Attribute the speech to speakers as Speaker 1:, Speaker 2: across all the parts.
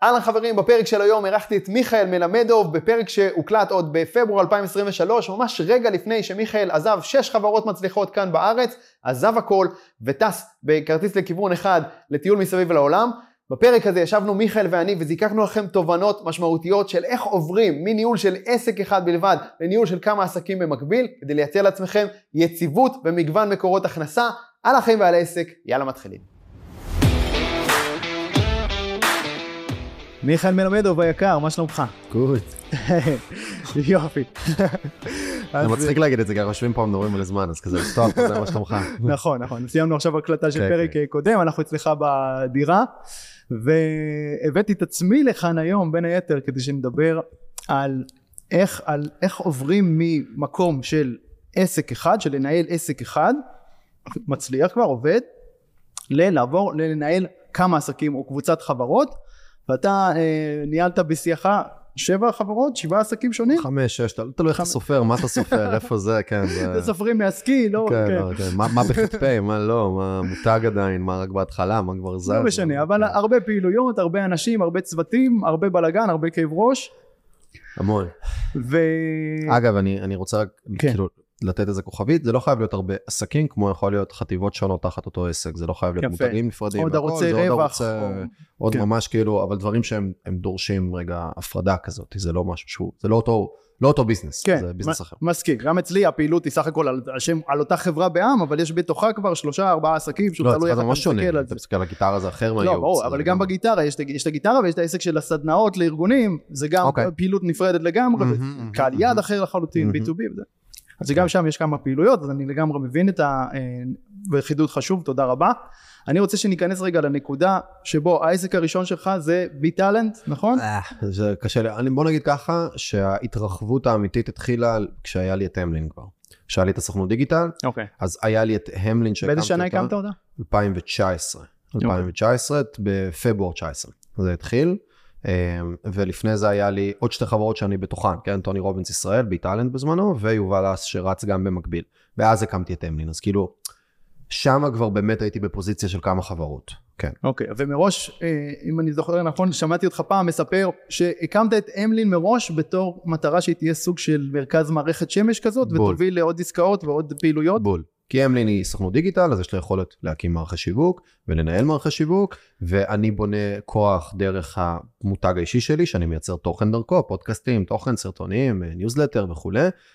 Speaker 1: אהלן חברים, בפרק של היום ערכתי את מיכאל מלמדוב, בפרק שהוקלט עוד בפברואר 2023, ממש רגע לפני שמיכאל עזב 6 חברות מצליחות כאן בארץ, עזב הכל וטס בכרטיס לכיוון אחד לטיול מסביב לעולם. בפרק הזה ישבנו מיכאל ואני וזיקקנו לכם תובנות משמעותיות של איך עוברים מניהול של עסק אחד בלבד לניהול של כמה עסקים במקביל, כדי לייצר לעצמכם יציבות במגוון מקורות הכנסה על החיים ועל העסק. יאללה מתחילים. מיכאל מלמדוב היקר, מה שלומך?
Speaker 2: גוד.
Speaker 1: יופי.
Speaker 2: זה מצחיק להגיד את זה, גם חושבים פה מדברים על זמן, אז כזה לפתוח, זה מה שלומך.
Speaker 1: נכון. סיימנו עכשיו הקלטה של פרק קודם, אנחנו אצלך בדירה, והבאתי את עצמי לכאן היום, בין היתר, כדי שנדבר על איך עוברים ממקום של עסק אחד, של לנהל עסק אחד, מצליח כבר, עובד, לעבור לנהל כמה עסקים או קבוצת חברות, ואתה ניהלת בשיחה 7 חברות, 7 עסקים שונים?
Speaker 2: 5, 6, אתה לא איך סופר, מה אתה סופר, איפה זה, כן.
Speaker 1: זה סופרים מהסקי, לא?
Speaker 2: כן, מה בחטפי, מה לא, מה מותג עדיין, מה רק בהתחלה, מה כבר זז.
Speaker 1: לא משנה, אבל הרבה פעילויות, הרבה אנשים, הרבה צוותים, הרבה בלגן, הרבה כאב ראש.
Speaker 2: המון. אגב, אני רוצה רק, כאילו, לתת איזה כוכבית, זה לא חייב להיות הרבה עסקים, כמו יכול להיות חטיבות שונות תחת אותו עסק, זה לא חייב להיות מותגים נפרדים.
Speaker 1: עוד ערוצי רווח.
Speaker 2: עוד ממש כאילו, אבל דברים שהם דורשים רגע הפרדה כזאת, זה לא משהו שהוא, זה לא אותו ביזנס, זה ביזנס אחר.
Speaker 1: מסכים, גם אצלי הפעילות היא סך הכל על אותה חברה בעם, אבל יש בתוכה כבר 3-4 עסקים, שהוא תלוי איך אתה מסתכל על זה.
Speaker 2: אתה מסתכל על הגיטרה זה אחר מהייעוץ.
Speaker 1: לא, ברור, אבל גם בגיטרה, יש את הגיטרה ויש את העסק של הסדנאות לארגונים, זה גם פעילות נפרדת לגמרי, קהל יעד אחר לחלוטין, B2B וזה. אז גם שם יש כמה פעילויות, אז אני לגמרי מבין את וחידוד חשוב, תודה רבה. אני רוצה שניכנס רגע לנקודה שבו העסק הראשון שלך זה בי-טלנט, נכון?
Speaker 2: זה קשה לי, בוא נגיד ככה, שההתרחבות האמיתית התחילה כשהיה לי את המלין כבר. כשהיה לי את הסוכנות דיגיטל, אז היה לי את המלין שהקמתי אותה.
Speaker 1: באיזה שנה הקמת אותה?
Speaker 2: 2019, בפברואר 19. זה התחיל. ולפני זה היה לי עוד 2 חברות שאני בתוכן, כן, טוני רובינס ישראל, בי-טלנט בזמנו, ויובל אס שרץ גם במקביל, ואז הקמתי את המלין, אז כאילו, שם כבר באמת הייתי בפוזיציה של כמה חברות, כן.
Speaker 1: אוקיי, ומראש, אם אני זוכר נכון, שמעתי אותך פעם מספר, שהקמת את המלין מראש, בתור מטרה שהיא תהיה סוג של מרכז מערכת שמש כזאת, ותוביל לעוד עסקאות ועוד פעילויות.
Speaker 2: בול. כי המלין היא סוכנות דיגיטל, אז יש לה יכולת להקים מערכי שיווק, ולנהל מערכי שיווק, ואני בונה כוח דרך המותג האישי שלי, שאני מייצר תוכן דרכו, פודקאסטים, תוכן, סרטונים, ניוזלטר וכו',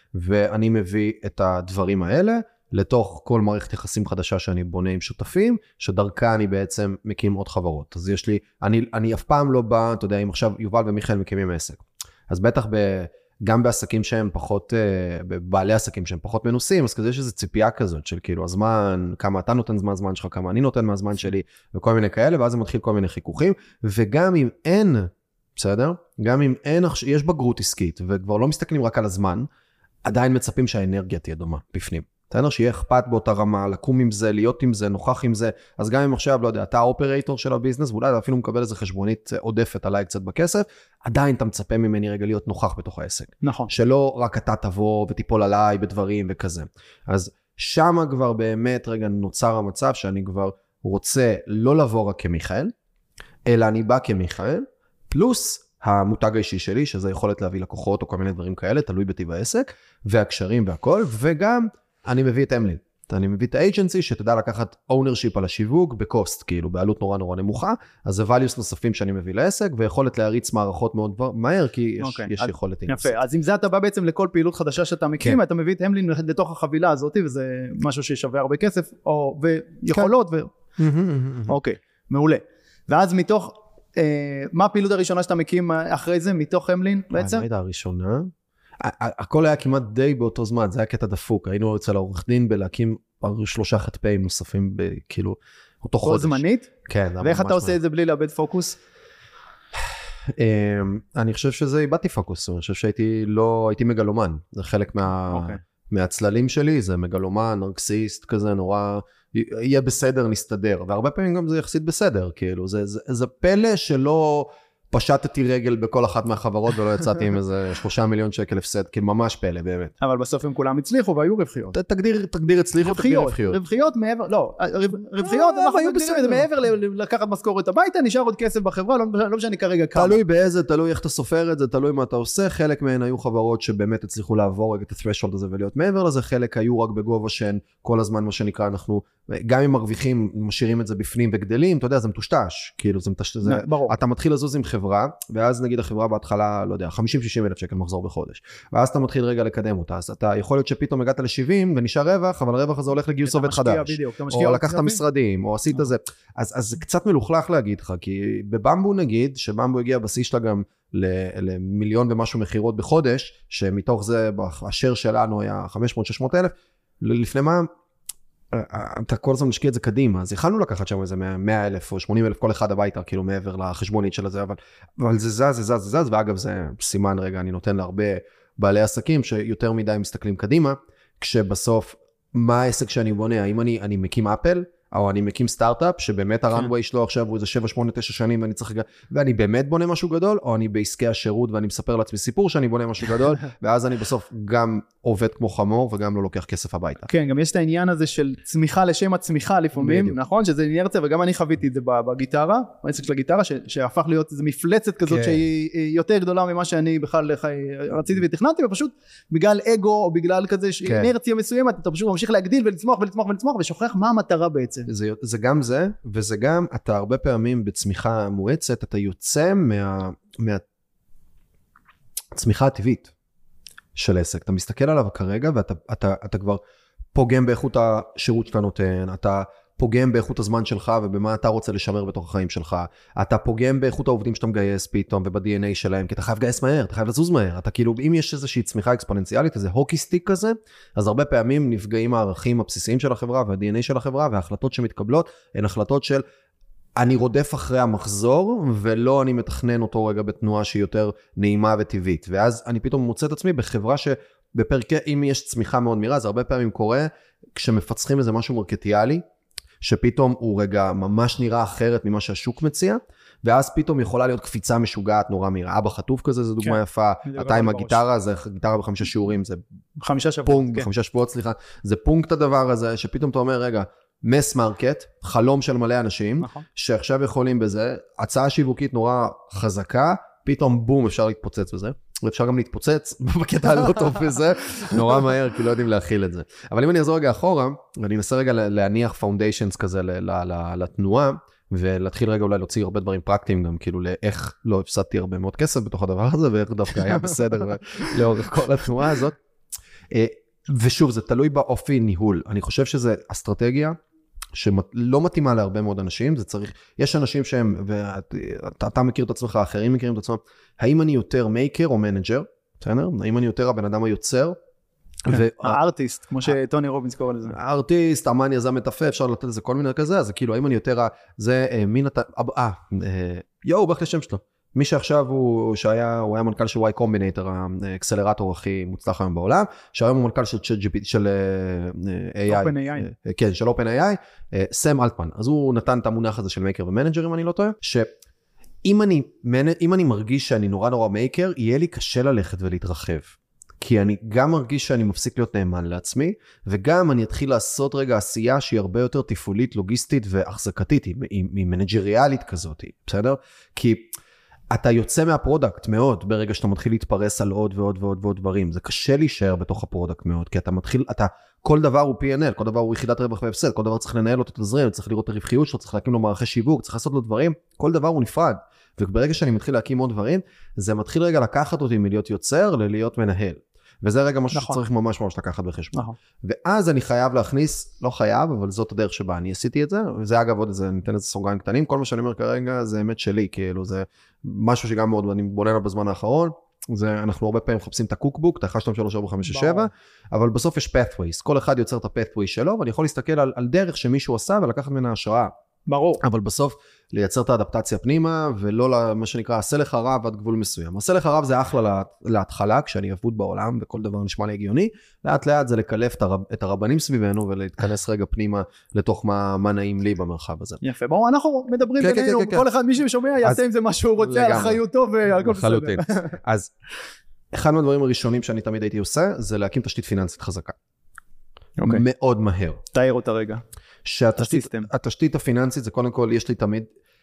Speaker 2: ואני מביא את הדברים האלה, לתוך כל מערכת יחסים חדשה שאני בונה עם שותפים, שדרכה אני בעצם מקים עוד חברות. אז יש לי, אני אף פעם לא בא, אתה יודע, אם עכשיו יובל ומיכאל מקימים עסק, אז בטח גם בעסקים שהם פחות, בבעלי עסקים שהם פחות מנוסים, אז כזה יש איזו ציפייה כזאת של כאילו הזמן, כמה אתה נותן זמן שלך, כמה אני נותן מהזמן שלי, וכל מיני כאלה, ואז זה מתחיל כל מיני חיכוכים, וגם אם אין, בסדר? גם אם אין, יש בגרות עסקית, וכבר לא מסתכלים רק על הזמן, עדיין מצפים שהאנרגיה תהיה דומה בפנים. בסדר? שיהיה אכפת באותה רמה, לקום עם זה, להיות עם זה, נוכח עם זה, אז גם אם עכשיו, לא יודע, אתה האופרייטור של הביזנס, ואולי אתה אפילו מקבל איזה חשבונית עודפת עליי קצת בכסף, עדיין אתה מצפה ממני רגע להיות נוכח בתוך העסק.
Speaker 1: נכון.
Speaker 2: שלא רק אתה תבוא ותיפול עליי בדברים וכזה. אז שמה כבר באמת רגע נוצר המצב שאני כבר רוצה לא לבוא רק כמיכאל, אלא אני בא כמיכאל, פלוס המותג האישי שלי, שזה יכולת להביא לקוחות או כל מיני דברים כאלה, תלוי בטיב העסק, והקשרים והכל, וגם אני מביא את המלין. אני מביא את האג'נסי שתדע לקחת ownership על השיווק בקוסט, כאילו בעלות נורא נמוכה, אז זה values נוספים שאני מביא לעסק, ויכולת להריץ מערכות מאוד מהר, כי יש יכולת אינוס.
Speaker 1: יפה, אז עם זה אתה בא בעצם לכל פעילות חדשה שאתה מקים, אתה מביא את המלין לתוך החבילה הזאת, וזה משהו ששווה הרבה כסף, ויכולות, אוקיי, מעולה. ואז מתוך, מה הפעילות הראשונה שאתה מקים אחרי זה, מתוך המלין בעצם?
Speaker 2: הראשונה הכל היה כמעט די באותו זמן, זה היה קטע דפוק, היינו אצל העורך דין בלהקים 3 חטפיים נוספים, כאילו, אותו חודש.
Speaker 1: זמנית?
Speaker 2: כן.
Speaker 1: ואיך אתה עושה את זה בלי לאבד פוקוס?
Speaker 2: אני חושב שזה איבדתי פוקוס, אני חושב שהייתי מגלומן, זה חלק מהצללים שלי, זה מגלומן, נרקסיסט כזה, נורא, יהיה בסדר, נסתדר, והרבה פעמים גם זה יחסית בסדר, כאילו, זה פלא שלא, פשטתי רגל בכל אחת מהחברות ולא יצאתי עם איזה 3 מיליון שקל הפסד, כאילו ממש פלא באמת.
Speaker 1: אבל בסוף הם כולם הצליחו והיו רווחיות.
Speaker 2: תגדיר הצליחו, תגדיר רווחיות.
Speaker 1: רווחיות מעבר, לא, רווחיות היו בסדר, מעבר לקחת משכורת הביתה, נשאר עוד כסף בחברה, לא משנה כרגע כמה.
Speaker 2: תלוי באיזה, תלוי איך אתה סופר את זה, תלוי מה אתה עושה, חלק מהן היו חברות שבאמת הצליחו לעבור את ה-threshold הזה ולהיות מעבר לזה, חלק היו רק בגובה שהן כל הזמן מה שנקרא, אנחנו, גם אם מרוויחים, משאירים את זה בפנים וגדלים, אתה יודע, זה מטושטש, כאילו זה מטושטש, אתה מתחיל לזוז עם חברה, ואז נגיד החברה בהתחלה, לא יודע, 50-60 אלף שקל מחזור בחודש, ואז אתה מתחיל רגע לקדם אותה, אז אתה יכול להיות שפתאום הגעת ל-70 ונשאר רווח, אבל הרווח הזה הולך לגיוס עובד חדש, או לקחת משרדים, או עשית זה, אז זה קצת מלוכלך להגיד לך, כי בבמבו נגיד, שבמבו הגיע בשיא שלה גם למיליון ומשהו מחירות בחודש, שמתוך זה, השאר שלנו היה 500-600 אלף, לפני מה, אתה כל הזמן משקיע את זה קדימה, אז יכלנו לקחת שם איזה 100 אלף או 80 אלף כל אחד הביתה, כאילו מעבר לחשבונית של זה, אבל זה זז, ואגב זה סימן רגע, אני נותן להרבה בעלי עסקים שיותר מדי מסתכלים קדימה, כשבסוף, מה העסק שאני בונה, האם אני מקים אפל, או אני מקים סטארט-אפ, שבאמת הרנווי שלו עכשיו הוא איזה 7, 8, 9 שנים, ואני באמת בונה משהו גדול, או אני בעסקי השירות, ואני מספר לעצמי סיפור שאני בונה משהו גדול, ואז אני בסוף גם עובד כמו חמור, וגם לא לוקח כסף הביתה.
Speaker 1: כן, גם יש את העניין הזה של צמיחה לשם הצמיחה לפעמים, נכון? שזה נרצה, וגם אני חוויתי את זה בגיטרה, בעסק של הגיטרה, שהפך להיות איזו מפלצת כזאת, שהיא יותר גדולה ממה שאני בכלל רציתי ותכננתי, ופשוט בגלל אגו, או בגלל כזה, אינרציה מסוימת, אתה פשוט ממשיך להגדיל ולצמוח ולצמוח ולצמוח, ושוכח מה המטרה בעצם.
Speaker 2: זה גם זה, וזה גם, אתה הרבה פעמים בצמיחה מואצת, אתה יוצא מהצמיחה הטבעית של עסק. אתה מסתכל עליו כרגע, ואתה כבר פוגם באיכות השירות שאתה נותן, אתה פוגם באיכות הזמן שלך, ובמה אתה רוצה לשמר בתוך החיים שלך. אתה פוגם באיכות העובדים שאתה מגייס פתאום, וב-DNA שלהם, כי אתה חייב לגייס מהר, אתה חייב לזוז מהר. אתה כאילו, אם יש איזושהי צמיחה אקספוננציאלית, איזה הוקי סטיק כזה, אז הרבה פעמים נפגעים הערכים הבסיסיים של החברה, וה-DNA של החברה, וההחלטות שמתקבלות, הן החלטות של, אני רודף אחרי המחזור, ולא אני מתכנן אותו רגע בתנועה שהיא יותר נעימה וטבעית. ואז אני פתאום מוצא את עצמי בחברה שבפרקי, אם יש צמיחה מאוד מהירה, זה הרבה פעמים קורה, כשמפצחים איזה משהו מרקטיאלי, שפתאום הוא רגע ממש נראה אחרת ממה שהשוק מציע, ואז פתאום יכולה להיות קפיצה משוגעת נורא מהירה. אבא חטוף כזה, זו דוגמה יפה, אתה עם הגיטרה, זה גיטרה ב5 שיעורים, זה
Speaker 1: 5 שבועות,
Speaker 2: ב5 שבועות, סליחה, זה פונקט הדבר הזה, שפתאום אתה אומר, רגע, מס מרקט, חלום של מלא אנשים, שעכשיו יכולים בזה, הצעה שיווקית נורא חזקה, פתאום בום, אפשר להתפוצץ בזה, ואפשר גם להתפוצץ בקטע לא טוב בזה, נורא מהר, כי לא יודעים להכיל את זה. אבל אם אני אעזור רגע אחורה, ואני אנסה רגע להניח פאונדיישנס כזה לתנועה, ולהתחיל רגע אולי להוציא הרבה דברים פרקטיים גם, כאילו לאיך לא הפסדתי הרבה מאוד כסף בתוך הדבר הזה, ואיך דווקא היה בסדר לאורך כל התנועה הזאת. ושוב, זה תלוי באופי ניהול. אני חושב שזה אסטרטגיה, שלא מתאימה להרבה מאוד אנשים, זה צריך, יש אנשים שהם, ואתה מכיר את עצמך, אחרים מכירים את עצמם, האם אני יותר מייקר או מנג'ר, בסדר? האם אני יותר הבן אדם היוצר?
Speaker 1: הארטיסט, כמו שטוני רובינס קורא לזה.
Speaker 2: הארטיסט, אמן יזם מטפה, אפשר לתת לזה כל מיני כזה, אז זה כאילו, האם אני יותר, זה מין, באך לשם שלו. מי שעכשיו הוא היה מנכ"ל של Y Combinator, האקסלרטור הכי מוצלח היום בעולם, שהיום הוא מנכ"ל של AI, כן, של OpenAI, סם אלטמן. אז הוא נתן את המונח הזה של מייקר ומנג'ר, אם אני לא טועה, שאם אני מרגיש שאני נורא מייקר, יהיה לי קשה ללכת ולהתרחב. כי אני גם מרגיש שאני מפסיק להיות נאמן לעצמי, וגם אני אתחיל לעשות רגע עשייה שהיא הרבה יותר טיפולית, לוגיסטית והחזקתית, היא מנג'ריאלית כזאת, בסדר? כי אתה יוצא מהפרודקט מאוד, ברגע שאתה מתחיל להתפרס על עוד ועוד ועוד ועוד דברים. זה קשה להישאר בתוך הפרודקט מאוד, כי כל דבר הוא P&L, כל דבר הוא יחידת רווח והפסד, כל דבר צריך לנהל אותו תזרים, צריך לראות את הרווחיות שלו, צריך להקים לו מערכי שיווק, צריך לעשות לו דברים, כל דבר הוא נפרד. וברגע שאני מתחיל להקים עוד דברים, זה מתחיל רגע לקחת אותי מלהיות יוצר ללהיות מנהל. וזה רגע משהו שצריך ממש לקחת בחשבון. ואז אני חייב להכניס, לא חייב, אבל זאת הדרך שבה אני עשיתי את זה, וזה אגב עוד איזה, ניתן איזה סוגריים קטנים, כל מה שאני אומר כרגע זה אמת שלי, כאילו זה משהו שגם מאוד, אני בונה לה בזמן האחרון, אנחנו הרבה פעמים מחפשים את הקוקבוק, את 1, 2, 3, 4, 5, 7, אבל בסוף יש pathways, כל אחד יוצר את ה-pathway שלו, ואני יכול להסתכל על דרך שמישהו עשה ולקחת ממנה השראה.
Speaker 1: ברור.
Speaker 2: אבל בסוף לייצר את האדפטציה פנימה, ולא מה שנקרא, עשה לך רב עד גבול מסוים. עשה לך רב זה אחלה להתחלה, כשאני אבוד בעולם, וכל דבר נשמע לי הגיוני, לאט לאט זה לקלף את הרבנים סביבנו, ולהתכנס רגע פנימה לתוך מה נעים לי במרחב הזה.
Speaker 1: יפה, בואו, אנחנו מדברים בינינו, כל אחד, מי ששומע, יעשה עם זה מה שהוא רוצה, על אחריותו והכל בסדר.
Speaker 2: אז אחד מהדברים הראשונים שאני תמיד הייתי עושה, זה להקים תשתית פיננסית חזקה. מאוד מהר.
Speaker 1: תאר אותה רגע.
Speaker 2: שהתשתית הפיננסית זה קודם כל, יש לי תמיד,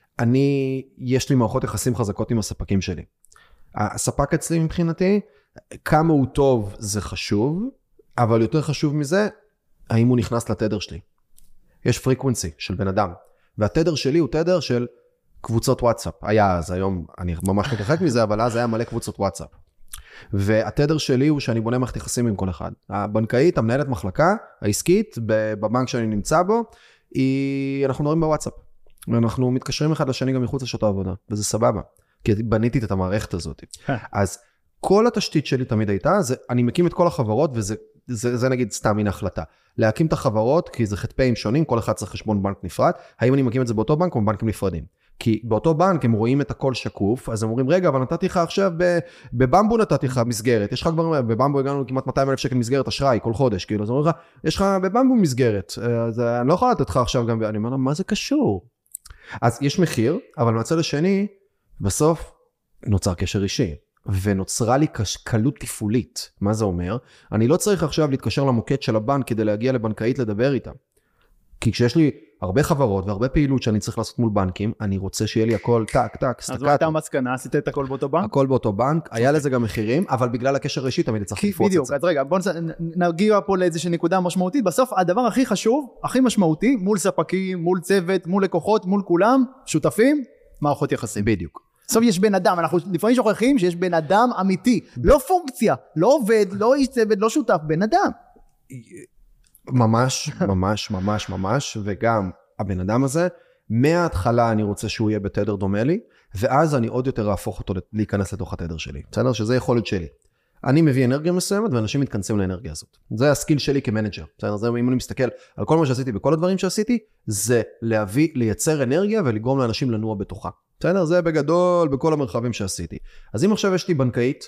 Speaker 2: יש לי מערכות יחסים חזקות עם הספקים שלי. הספק אצלי מבחינתי, כמה הוא טוב זה חשוב, אבל יותר חשוב מזה, האם הוא נכנס לתדר שלי. יש פריקוונסי של בן אדם, והתדר שלי הוא תדר של קבוצות וואטסאפ. היה אז, היום אני ממש מתרחק מזה, אבל אז היה מלא קבוצות וואטסאפ. והתדר שלי הוא שאני בונה מערכת יחסים עם כל אחד. הבנקאית, המנהלת מחלקה, העסקית, בבנק שאני נמצא בו, אנחנו מדברים בוואטסאפ. ואנחנו מתקשרים אחד לשני גם מחוץ לשעות העבודה, וזה סבבה. כי בניתי את המערכת הזאת. אז כל התשתית שלי תמיד הייתה, אני מקים את כל החברות, וזה נגיד סתם מן החלטה. להקים את החברות, כי זה חטפאים שונים, כל אחד צריך חשבון בנק נפרד. האם אני מקים את זה באותו בנק או בבנקים נפרדים? כי באותו בנק הם רואים את הכל שקוף, אז הם אומרים, רגע, אבל נתתי לך עכשיו, בבמבו נתתי לך מסגרת, יש לך כבר, בבמבו הגענו כמעט 200,000 שקל מסגרת אשראי כל חודש, כאילו, אז אומרים לך, יש לך בבמבו מסגרת, אז אני לא יכול לתת לך עכשיו גם, אני אומר, מה זה קשור? אז יש מחיר, אבל מהצד השני, בסוף נוצר קשר אישי, ונוצרה לי קלות תפעולית. מה זה אומר? אני לא צריך עכשיו להתקשר למוקד של הבנק כדי להגיע לבנקאית לדבר איתה. כי כשיש לי הרבה חברות והרבה פעילות שאני צריך לעשות מול בנקים, אני רוצה שיהיה לי הכל טק, טק, סטקט.
Speaker 1: אז מה הייתה המסקנה? עשית את הכל באותו בנק?
Speaker 2: הכל באותו בנק, היה לזה גם מחירים, אבל בגלל הקשר האישי תמיד צריך לפרוץ את זה.
Speaker 1: בדיוק, אז רגע, בואו נגיע פה לאיזושהי נקודה משמעותית. בסוף הדבר הכי חשוב, הכי משמעותי, מול ספקים, מול צוות, מול לקוחות, מול כולם, שותפים, מערכות יחסים.
Speaker 2: בדיוק.
Speaker 1: בסוף יש בן אדם, אנחנו לפעמים שוכחים שיש בן אדם אמיתי, לא פונקציה, לא עובד, לא איש צוות, לא שותף, בן אדם.
Speaker 2: ממש, ממש, ממש, ממש, וגם הבן אדם הזה, מההתחלה אני רוצה שהוא יהיה בתדר דומה לי, ואז אני עוד יותר אהפוך אותו להיכנס לתוך התדר שלי. בסדר? שזה יכולת שלי. אני מביא אנרגיה מסוימת, ואנשים מתכנסים לאנרגיה הזאת. זה הסקיל שלי כמנג'ר. בסדר? זה אם אני מסתכל על כל מה שעשיתי, בכל הדברים שעשיתי, זה לייצר אנרגיה, ולגרום לאנשים לנוע בתוכה. בסדר? זה בגדול, בכל המרחבים שעשיתי. אז אם עכשיו יש לי בנקאית,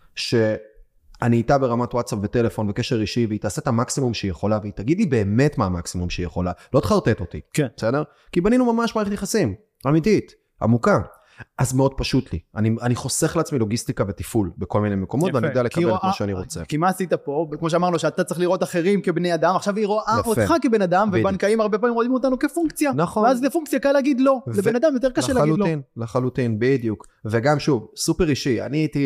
Speaker 2: אני איתה ברמת וואטסאפ וטלפון וקשר אישי, והיא תעשה את המקסימום שהיא יכולה, והיא תגיד לי באמת מה המקסימום שהיא יכולה, לא תחרטט אותי,
Speaker 1: כן.
Speaker 2: בסדר? כי בנינו ממש מערכת יחסים, אמיתית, עמוקה. אז מאוד פשוט לי, אני חוסך לעצמי לוגיסטיקה וטיפול בכל מיני מקומות, ואני יודע לקבל את מה שאני רוצה.
Speaker 1: כי מה עשית פה, כמו שאמרנו, שאתה צריך לראות אחרים כבני אדם, עכשיו היא רואה אותך כבן אדם, ובנקאים הרבה פעמים רואים אותנו כפונקציה, ואז לפונקציה קל להגיד לא, לבן אדם יותר קשה להגיד לא.
Speaker 2: לחלוטין, בדיוק. וגם שוב, סופר אישי,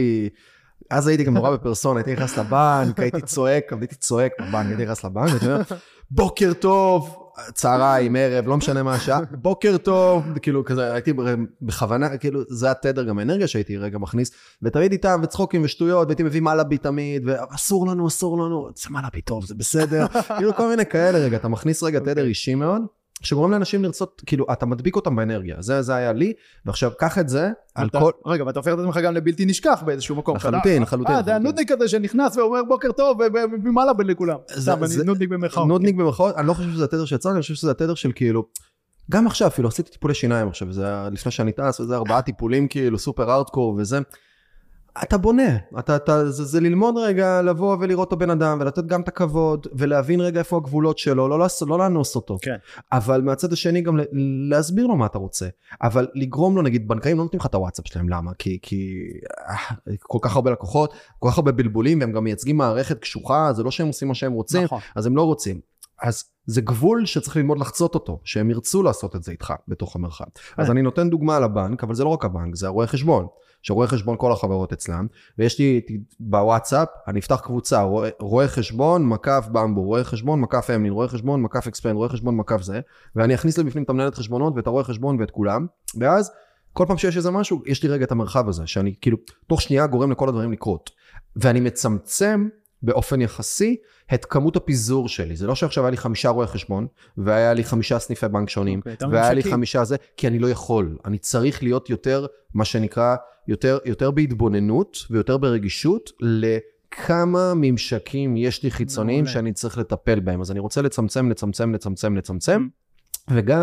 Speaker 2: אז הייתי גם נורא בפרסון, הייתי נכנס לבנק, הייתי צועק בבנק, הייתי נכנס לבנק, הייתי אומר, בוקר טוב, צהריים, ערב, לא משנה מה השעה, בוקר טוב, כאילו כזה, הייתי בכוונה, כאילו זה התדר גם האנרגיה שהייתי רגע מכניס, ותמיד איתם וצחוקים ושטויות, והייתי מביא מעלה בי תמיד, ואסור לנו, זה מעלה בי טוב, זה בסדר, כאילו כל מיני כאלה רגע, אתה מכניס רגע תדר אישי מאוד, שגורם לאנשים לרצות, כאילו, אתה מדביק אותם באנרגיה, זה היה לי, ועכשיו, קח את זה, על כל...
Speaker 1: רגע, ואתה הופך את עצמך גם לבלתי נשכח באיזשהו מקום.
Speaker 2: לחלוטין.
Speaker 1: זה הנודניק הזה שנכנס ואומר בוקר טוב, ומעלה בין לכולם. נודניק במרכאות.
Speaker 2: נודניק במרכאות, אני לא חושב שזה התדר שיצא, אני חושב שזה התדר של כאילו, גם עכשיו, אפילו עשיתי טיפולי שיניים עכשיו, זה לפני שאני טס, וזה 4 טיפולים כאילו, סופר ארטקור וזה. אתה בונה, זה ללמוד רגע, לבוא ולראות את הבן אדם, ולתת גם את הכבוד, ולהבין רגע איפה הגבולות שלו, לא לאנוס אותו.
Speaker 1: כן.
Speaker 2: אבל מהצד השני גם להסביר לו מה אתה רוצה. אבל לגרום לו, נגיד, בנקאים לא נותנים לך את הוואטסאפ שלהם, למה? כי כל כך הרבה לקוחות, כל כך הרבה בלבולים, והם גם מייצגים מערכת קשוחה, זה לא שהם עושים מה שהם רוצים, נכון. אז הם לא רוצים. אז זה גבול שצריך ללמוד לחצות אותו, שהם ירצו לעשות את זה איתך בתוך המרחב. אז אני נותן דוגמה על הבנק, אבל זה לא רק הבנק, זה הרואה חשבון. שרואה חשבון כל החברות אצלם, ויש לי בוואטסאפ, אני אפתח קבוצה, רואה חשבון, מקף במבו, רואה חשבון, מקף אמלין, רואה חשבון, מקף אקספלן, רואה חשבון, מקף זה, ואני אכניס לבפנים את המנהלת חשבונות, ואת הרואה חשבון ואת כולם, ואז כל פעם שיש איזה משהו, יש לי רגע את המרחב הזה, שאני כאילו, תוך שנייה גורם לכל הדברים לקרות, ואני מצמצם באופן יחסי את כמות הפיזור שלי. זה לא שעכשיו היה לי 5 רואי חשבון, והיה לי 5 סניפי בנק שונים, והיה לי 5 זה, כי אני לא יכול. אני צריך להיות יותר, מה שנקרא, יותר בהתבוננות, ויותר ברגישות, לכמה ממשקים יש לי חיצוניים, שאני צריך לטפל בהם. אז אני רוצה לצמצם, וגם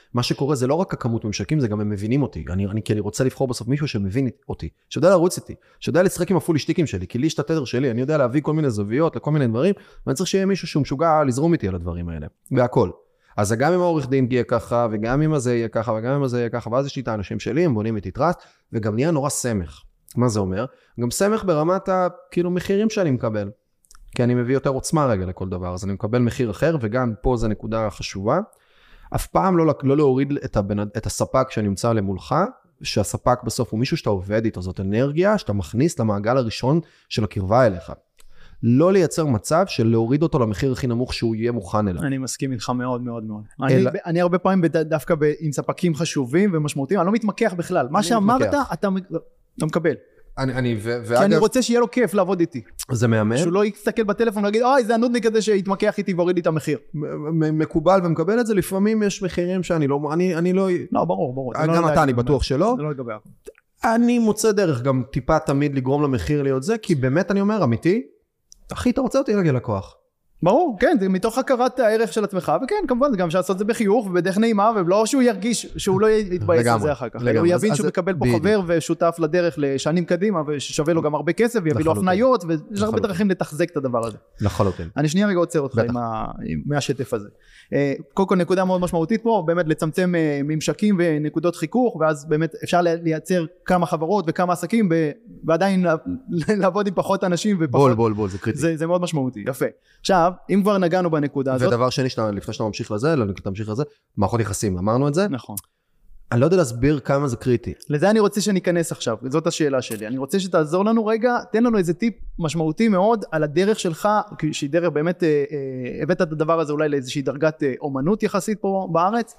Speaker 2: מה שקורה זה לא רק הכמות ממשקים, זה גם הם מבינים אותי. כי אני רוצה לבחור בסוף מישהו שמבין אותי, שיודע לרוץ איתי, שיודע לשחק עם הפולי שטיקים שלי, כי לי יש את התדר שלי, אני יודע להביא כל מיני זוויות לכל מיני דברים, ואני צריך שיהיה מישהו שהוא משוגע לזרום איתי על הדברים האלה, והכל. אז גם אם העורך דין יהיה ככה, וגם אם זה יהיה ככה, וגם אם זה יהיה ככה, ואז יש לי את האנשים שלי, הם בונים איתי טראסט, וגם נהיה נורא סמך. מה זה אומר? גם סמך ברמת כאילו מחירים שאני מקבל. כי אני מביא יותר עוצמה רגע לכל דבר, אז אני מקבל מחיר אחר, וגם פה זו נקודה חשובה. אף פעם לא להוריד את הספק שנמצא למולך, שהספק בסוף הוא מישהו שאתה עובד איתו, זאת אנרגיה שאתה מכניס למעגל הראשון של הקרבה אליך. לא לייצר מצב של להוריד אותו למחיר הכי נמוך שהוא יהיה מוכן אליו.
Speaker 3: אני מסכים איתך מאוד מאוד מאוד. אני הרבה פעמים דווקא עם ספקים חשובים ומשמעותיים, אני לא מתמקח בכלל. מה שאמרת, אתה מקבל. כי אני רוצה שיהיה לו כיף לעבוד איתי.
Speaker 2: זה מאמן.
Speaker 3: שהוא לא יסתכל בטלפון ולהגיד, זה הנודניק כזה שיתמקח איתי והוריד לי את המחיר.
Speaker 2: מקובל ומקבל את זה, לפעמים יש מחירים שאני לא...
Speaker 3: לא, ברור.
Speaker 2: גם אתה, אני בטוח שלא.
Speaker 3: זה לא יגבר.
Speaker 2: אני מוצא דרך גם טיפה תמיד לגרום למחיר להיות זה, כי באמת אני אומר, אמיתי, אחי, אתה רוצה אותי להגיע לקוח.
Speaker 3: ברור, כן, זה מתוך הכרת הערך של עצמך, וכן, כמובן, גם שעשות זה בחיוך ובדרך נעימה, ולא שהוא ירגיש שהוא לא יתבאס על זה אחר כך. הוא יבין שהוא מקבל פה חבר ושותף לדרך לשנים קדימה, וששווה לו גם הרבה כסף, ויביא לו הפניות, ויש הרבה דרכים לתחזק את הדבר הזה.
Speaker 2: לחלוטין.
Speaker 3: אני שנייה רגע עוצר אותך מהשטף הזה. קודם כל נקודה מאוד משמעותית פה, באמת לצמצם ממשקים ונקודות חיכוך, ואז באמת אפשר לייצר כמה חברות וכמה עסקים, ועדיין לעבוד עם פחות אנשים ופחות.
Speaker 2: בול, זה קריטי.
Speaker 3: זה מאוד משמעותי, יפה. עכשיו, אם כבר נגענו בנקודה הזאת.
Speaker 2: ודבר שני, לפני שאתה ממשיך לזה, תמשיך לזה, מערכות יחסים, אמרנו את זה?
Speaker 3: נכון.
Speaker 2: אני לא יודע להסביר כמה זה קריטי.
Speaker 3: לזה אני רוצה שניכנס עכשיו, זאת השאלה שלי. אני רוצה שתעזור לנו רגע, תן לנו איזה טיפ משמעותי מאוד על הדרך שלך, שהיא דרך באמת, הבאת את הדבר הזה אולי לאיזושהי דרגת אומנות יחסית פה בארץ,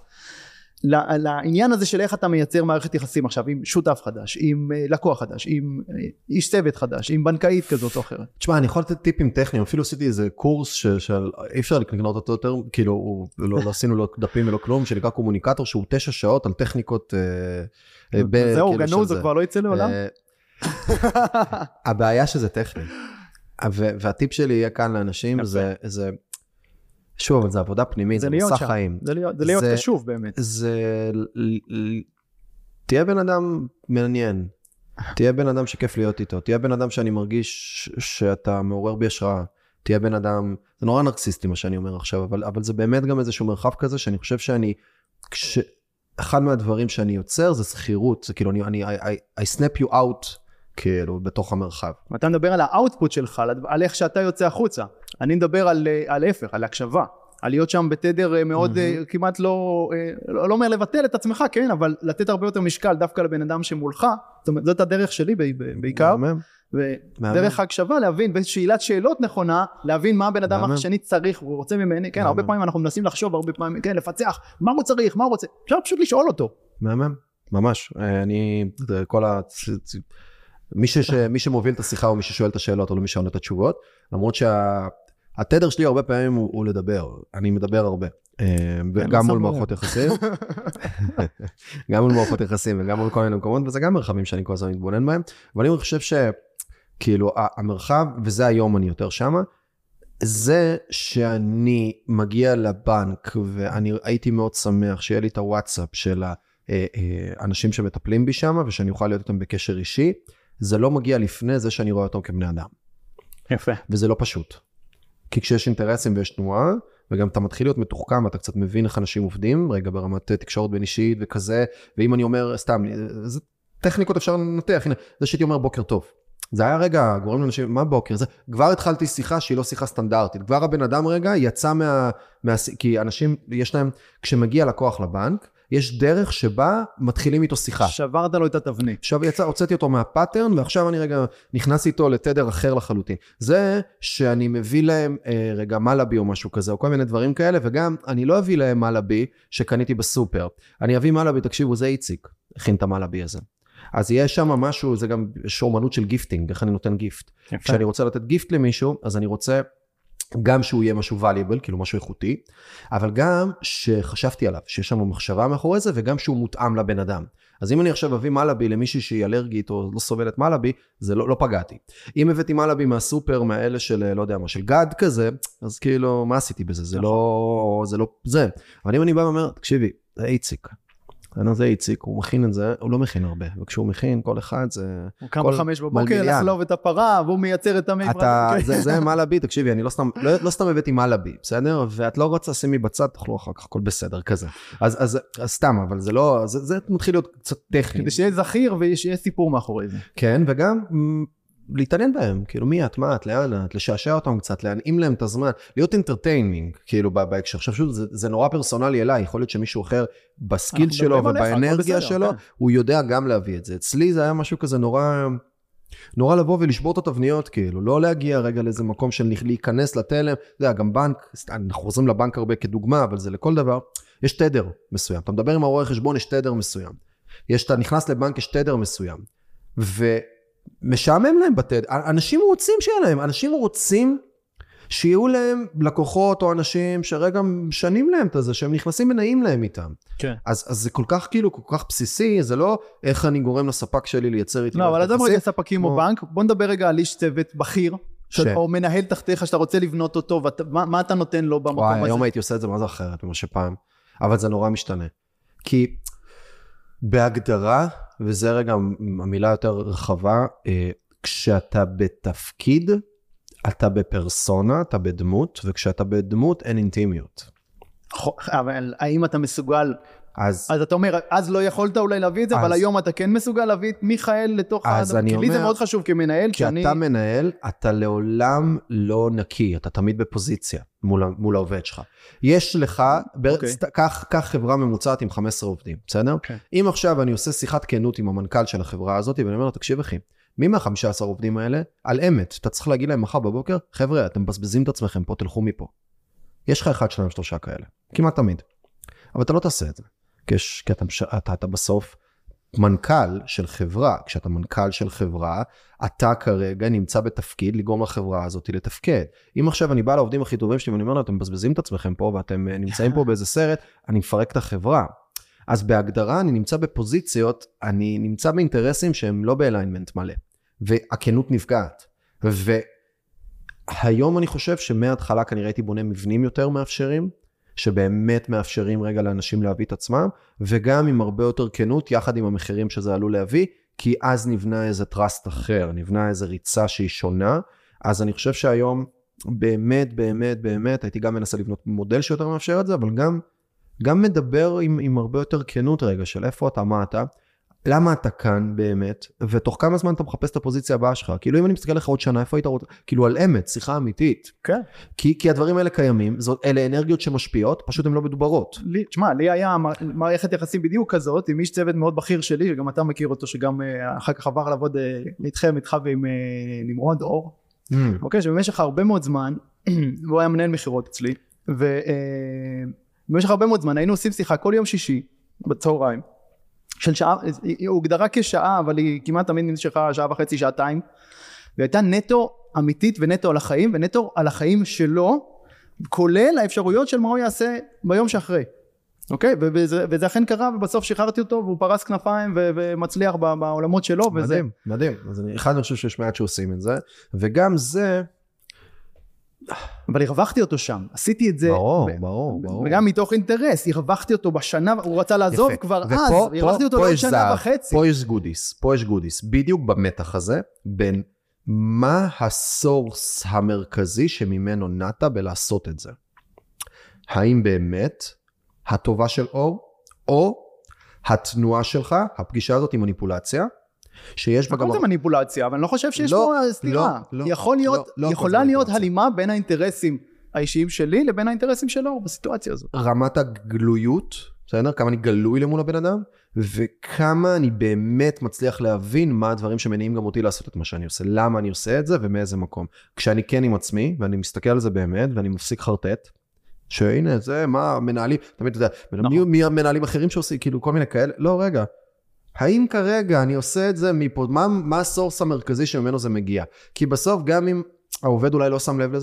Speaker 3: לעניין הזה של איך אתה מייצר מערכת יחסים עכשיו עם שותף חדש, עם לקוח חדש, עם איש צוות חדש, עם בנקאית כזאת או אחרת.
Speaker 2: תשמע, אני יכול לתת טיפים טכניים, אפילו עשיתי איזה קורס של אי אפשר לקנות אותו יותר, כאילו לא עשינו לו דפים ולא כלום, שנקרא קומוניקטור שהוא 9 שעות על טכניקות.
Speaker 3: זהו, גנוז, זה כבר לא יצא לעולם.
Speaker 2: הבעיה שזה טכני, והטיפ שלי יהיה כאן לאנשים, זה שוב, אבל זה עבודה פנימית, זה מסע חיים.
Speaker 3: זה להיות קשוב באמת.
Speaker 2: תהיה בן אדם מעניין, תהיה בן אדם שכיף להיות איתו, תהיה בן אדם שאני מרגיש שאתה מעורר בי השראה, תהיה בן אדם, זה נורא נרקסיסטי מה שאני אומר עכשיו, אבל זה באמת גם איזשהו מרחב כזה, שאני חושב אחד מהדברים שאני יוצר זה סחירות, זה כאילו, I snap you out, כאילו, בתוך המרחב.
Speaker 3: אתה מדבר על האוטפוט שלך, על איך שאתה יוצא החוצה. אני מדבר על ההפך, על הקשבה. על להיות שם בתדר מאוד, כמעט לא אומר לבטל את עצמך, כן, אבל לתת הרבה יותר משקל דווקא לבן אדם שמולך. זאת אומרת, זאת הדרך שלי בעיקר. ודרך ההקשבה להבין, בשאלת שאלות נכונה, להבין מה הבן אדם השני צריך, הוא רוצה ממני, כן, הרבה פעמים אנחנו מנסים לחשוב, הרבה פעמים, כן, לפצח, מה הוא צריך, מה הוא רוצה. אפשר פשוט לשאול אותו.
Speaker 2: מהמם, ממש. מי שמוביל את השיחה, או מי ששואל את השאלות, או מי שעונה את התשובות, למרות שהתדר שלי הרבה פעמים הוא לדבר, אני מדבר הרבה, גם מול מערכות יחסים, גם מול מערכות יחסים, וגם מול כל מיני מקומות, וזה גם מרחבים שאני כל הזמן מתבונן בהם, אבל אני חושב שכאילו המרחב, וזה היום אני יותר שמה, זה שאני מגיע לבנק, ואני הייתי מאוד שמח שיהיה לי את הוואטסאפ של האנשים שמטפלים בי שם, ושאני אוכל להיות איתם בקשר אישי, זה לא מגיע לפני זה שאני רואה אותם כבני אדם.
Speaker 3: יפה.
Speaker 2: וזה לא פשוט. כי כשיש אינטרסים ויש תנועה, וגם אתה מתחיל להיות מתוחכם, אתה קצת מבין איך אנשים עובדים, רגע ברמת תקשורת בין אישית וכזה, ואם אני אומר, סתם, זה טכניקות אפשר לנתח, הנה, זה שהייתי אומר בוקר טוב. זה היה רגע, גורם לאנשים, מה בוקר? זה, כבר התחלתי שיחה שהיא לא שיחה סטנדרטית, כבר הבן אדם רגע יצא כי אנשים, יש להם, כשמגיע לקוח לבנק, יש דרך שבה מתחילים איתו שיחה.
Speaker 3: שברת לו את התבנית.
Speaker 2: עכשיו הוצאתי אותו מהפאטרן, ועכשיו אני רגע נכנס איתו לתדר אחר לחלוטין. זה שאני מביא להם רגע מלאבי או משהו כזה, או כל מיני דברים כאלה, וגם אני לא אביא להם מלאבי שקניתי בסופר. אני אביא מלאבי, תקשיבו, זה איציק, הכין את המלאבי הזה. אז יש שם משהו, זה גם אומנות של גיפטינג, איך אני נותן גיפט. כשאני רוצה לתת גיפט למישהו, אז אני רוצה גם שהוא יהיה משהו valuable, כאילו משהו איכותי, אבל גם שחשבתי עליו, שיש שם מחשבה מאחורי זה, וגם שהוא מותאם לבן אדם. אז אם אני עכשיו אביא מלאבי למישהי שהיא אלרגית או לא סובלת מלאבי, זה לא פגעתי. אם הבאתי מלאבי מהסופר, מהאלה של, לא יודע מה, של גד כזה, אז כאילו, מה עשיתי בזה? זה לא זה. אבל אם אני בא ואומר, תקשיבי, זה איציק. זה איציק, הוא מכין את זה, הוא לא מכין הרבה, וכשהוא מכין, כל אחד זה...
Speaker 3: הוא קם 5 בבוקר לחלוב את הפרה, והוא מייצר את המגבר.
Speaker 2: זה מלאבי, תקשיבי, אני לא סתם הבאתי מלאבי, בסדר? ואת לא רוצה שימי בצד, תאכלו אחר כך, הכל בסדר, כזה. אז סתם, אבל זה לא, זה מתחיל להיות קצת טכני.
Speaker 3: כדי שיהיה זכיר ויש סיפור מאחורי זה.
Speaker 2: כן, וגם להתעניין בהם, כאילו מי את, מה את, לאן את, לשעשע אותם קצת, להנעים להם את הזמן, להיות entertaining, כאילו בהקשר. עכשיו שוב, זה נורא פרסונלי אליי, יכול להיות שמישהו אחר בסקיל שלו ובאנרגיה שלו, הוא יודע גם להביא את זה. אצלי זה היה משהו כזה נורא לבוא ולשבור את התבניות, כאילו, לא להגיע רגע לאיזה מקום של להיכנס לתלם, זה היה גם בנק, אנחנו חוזרים לבנק הרבה כדוגמה, אבל זה לכל דבר, יש תדר מסוים, אתה מדבר עם הרואה חשבון, יש תדר מסוים, אתה נכנס לבנק, יש תדר מסוים, משעמם להם בתד, אנשים רוצים שיהיה להם, אנשים רוצים שיהיו להם לקוחות או אנשים שרגע משנים להם את זה, שהם נכנסים ונעים להם איתם.
Speaker 3: כן.
Speaker 2: אז זה כל כך כאילו, כל כך בסיסי, זה לא איך אני גורם לספק שלי לייצר איתי.
Speaker 3: לא, אבל אתה רגע ספקים או בנק, בוא נדבר רגע על איש צוות בכיר, או מנהל תחתיך שאתה רוצה לבנות אותו, מה אתה נותן לו במקום הזה?
Speaker 2: היום הייתי עושה את זה מה זה אחרת ממה שפעם, אבל זה נורא משתנה. כי בהגדרה, וזה רגע המילה יותר רחבה, כשאתה בתפקיד, אתה בפרסונה, אתה בדמות, וכשאתה בדמות אין אינטימיות.
Speaker 3: אבל האם אתה מסוגל, אז אתה אומר, אז לא יכולת אולי להביא את זה, אבל היום אתה כן מסוגל להביא את מיכאל לתוך האדם, כי לי זה מאוד חשוב כמנהל,
Speaker 2: כי אתה מנהל, אתה לעולם לא נקי, אתה תמיד בפוזיציה מול העובד שלך. יש לך, כך חברה ממוצעת עם 15 עובדים, בסדר? אם עכשיו אני עושה שיחת כנות עם המנכ"ל של החברה הזאת, ואני אומר לו, תקשיב אחי, מי מה-15 עובדים האלה? על אמת, אתה צריך להגיד להם מחר בבוקר, חבר'ה, אתם מבזבזים את עצמכם פה, תלכו מפה. יש לך 1, 2, 3 כאלה, כמעט תמיד. אבל אתה לא תעשה את זה, כי אתה בסוף מנכ"ל של חברה, כשאתה מנכ"ל של חברה, אתה כרגע נמצא בתפקיד לגרום לחברה הזאת לתפקד. אם עכשיו אני בא לעובדים הכי טובים שלי, ואני אומר לו, אתם מבזבזים את עצמכם פה, ואתם נמצאים פה באיזה סרט, אני מפרק את החברה. אז בהגדרה אני נמצא בפוזיציות, אני נמצא באינטרסים שהם לא באליינמנט מלא, והכנות נפגעת. והיום אני חושב שמההתחלה כנראה הייתי בונה מבנים יותר מאפשרים, שבאמת מאפשרים רגע לאנשים להביא את עצמם, וגם עם הרבה יותר כנות, יחד עם המחירים שזה עלול להביא, כי אז נבנה איזה טרסט אחר, נבנה איזה ריצה שהיא שונה, אז אני חושב שהיום באמת, הייתי גם מנסה לבנות מודל שיותר מאפשר את זה, אבל גם מדבר עם הרבה יותר כנות רגע, של איפה אתה, מה אתה, למה אתה כאן באמת, ותוך כמה זמן אתה מחפש את הפוזיציה הבאה שלך, כאילו אם אני מסתכל לך עוד שנה, איפה היית רוצה, כאילו על אמת, שיחה אמיתית,
Speaker 3: כן.
Speaker 2: כי הדברים האלה קיימים, אלה אנרגיות שמשפיעות, פשוט הן לא מדוברות.
Speaker 3: תשמע, לי היה מערכת יחסים בדיוק כזאת, עם איש צוות מאוד בכיר שלי, שגם אתה מכיר אותו, שגם אחר כך עבר לעבוד איתך ועם נמרוד אור, אוקיי, שבמשך הרבה מאוד זמן, הוא היה מנהל מחירות אצלי, ובמשך הרבה מאוד זמן היינו עושים שיחה כל יום שישי בצהריים, של שעה, היא הוגדרה כשעה, אבל היא כמעט תמיד נמשכה שעה וחצי, שעתיים, והייתה נטו אמיתית ונטו על החיים, ונטו על החיים שלו, כולל האפשרויות של מה הוא יעשה ביום שאחרי. אוקיי? וזה אכן קרה, ובסוף שחררתי אותו, והוא פרס כנפיים ומצליח בעולמות שלו.
Speaker 2: מדהים, מדהים. אז אני חושב שיש מעט שעושים את זה, וגם זה...
Speaker 3: אבל הרווחתי אותו שם, עשיתי את זה,
Speaker 2: ברור.
Speaker 3: וגם מתוך אינטרס, הרווחתי אותו בשנה, הוא רצה לעזוב כבר אז, הרווחתי אותו לעוד שנה וחצי.
Speaker 2: פה יש גודיס, בדיוק במתח הזה, בין מה הסורס המרכזי שממנו נטה בלעשות את זה. האם באמת הטובה של אור, או התנועה שלך, הפגישה הזאת היא מניפולציה, שיש בה גם...
Speaker 3: זה מניפולציה, אבל אני לא חושב שיש פה סתירה. יכולה להיות הלימה בין האינטרסים האישיים שלי לבין האינטרסים שלו בסיטואציה הזאת.
Speaker 2: רמת הגלויות, בסדר? כמה אני גלוי למול הבן אדם, וכמה אני באמת מצליח להבין מה הדברים שמניעים גם אותי לעשות את מה שאני עושה, למה אני עושה את זה ומאיזה מקום. כשאני כן עם עצמי, ואני מסתכל על זה באמת, ואני מפסיק חרטט, שהנה, זה מה מנהלים, תמיד אתה יודע, מי המנהלים אחרים שעושים, כאילו כל מיני כאלה, לא, רגע. האם כרגע אני עושה את זה מפה, מה הסורס המרכזי שממנו זה מגיע? כי בסוף גם אם העובד אולי לא שם לב לזה,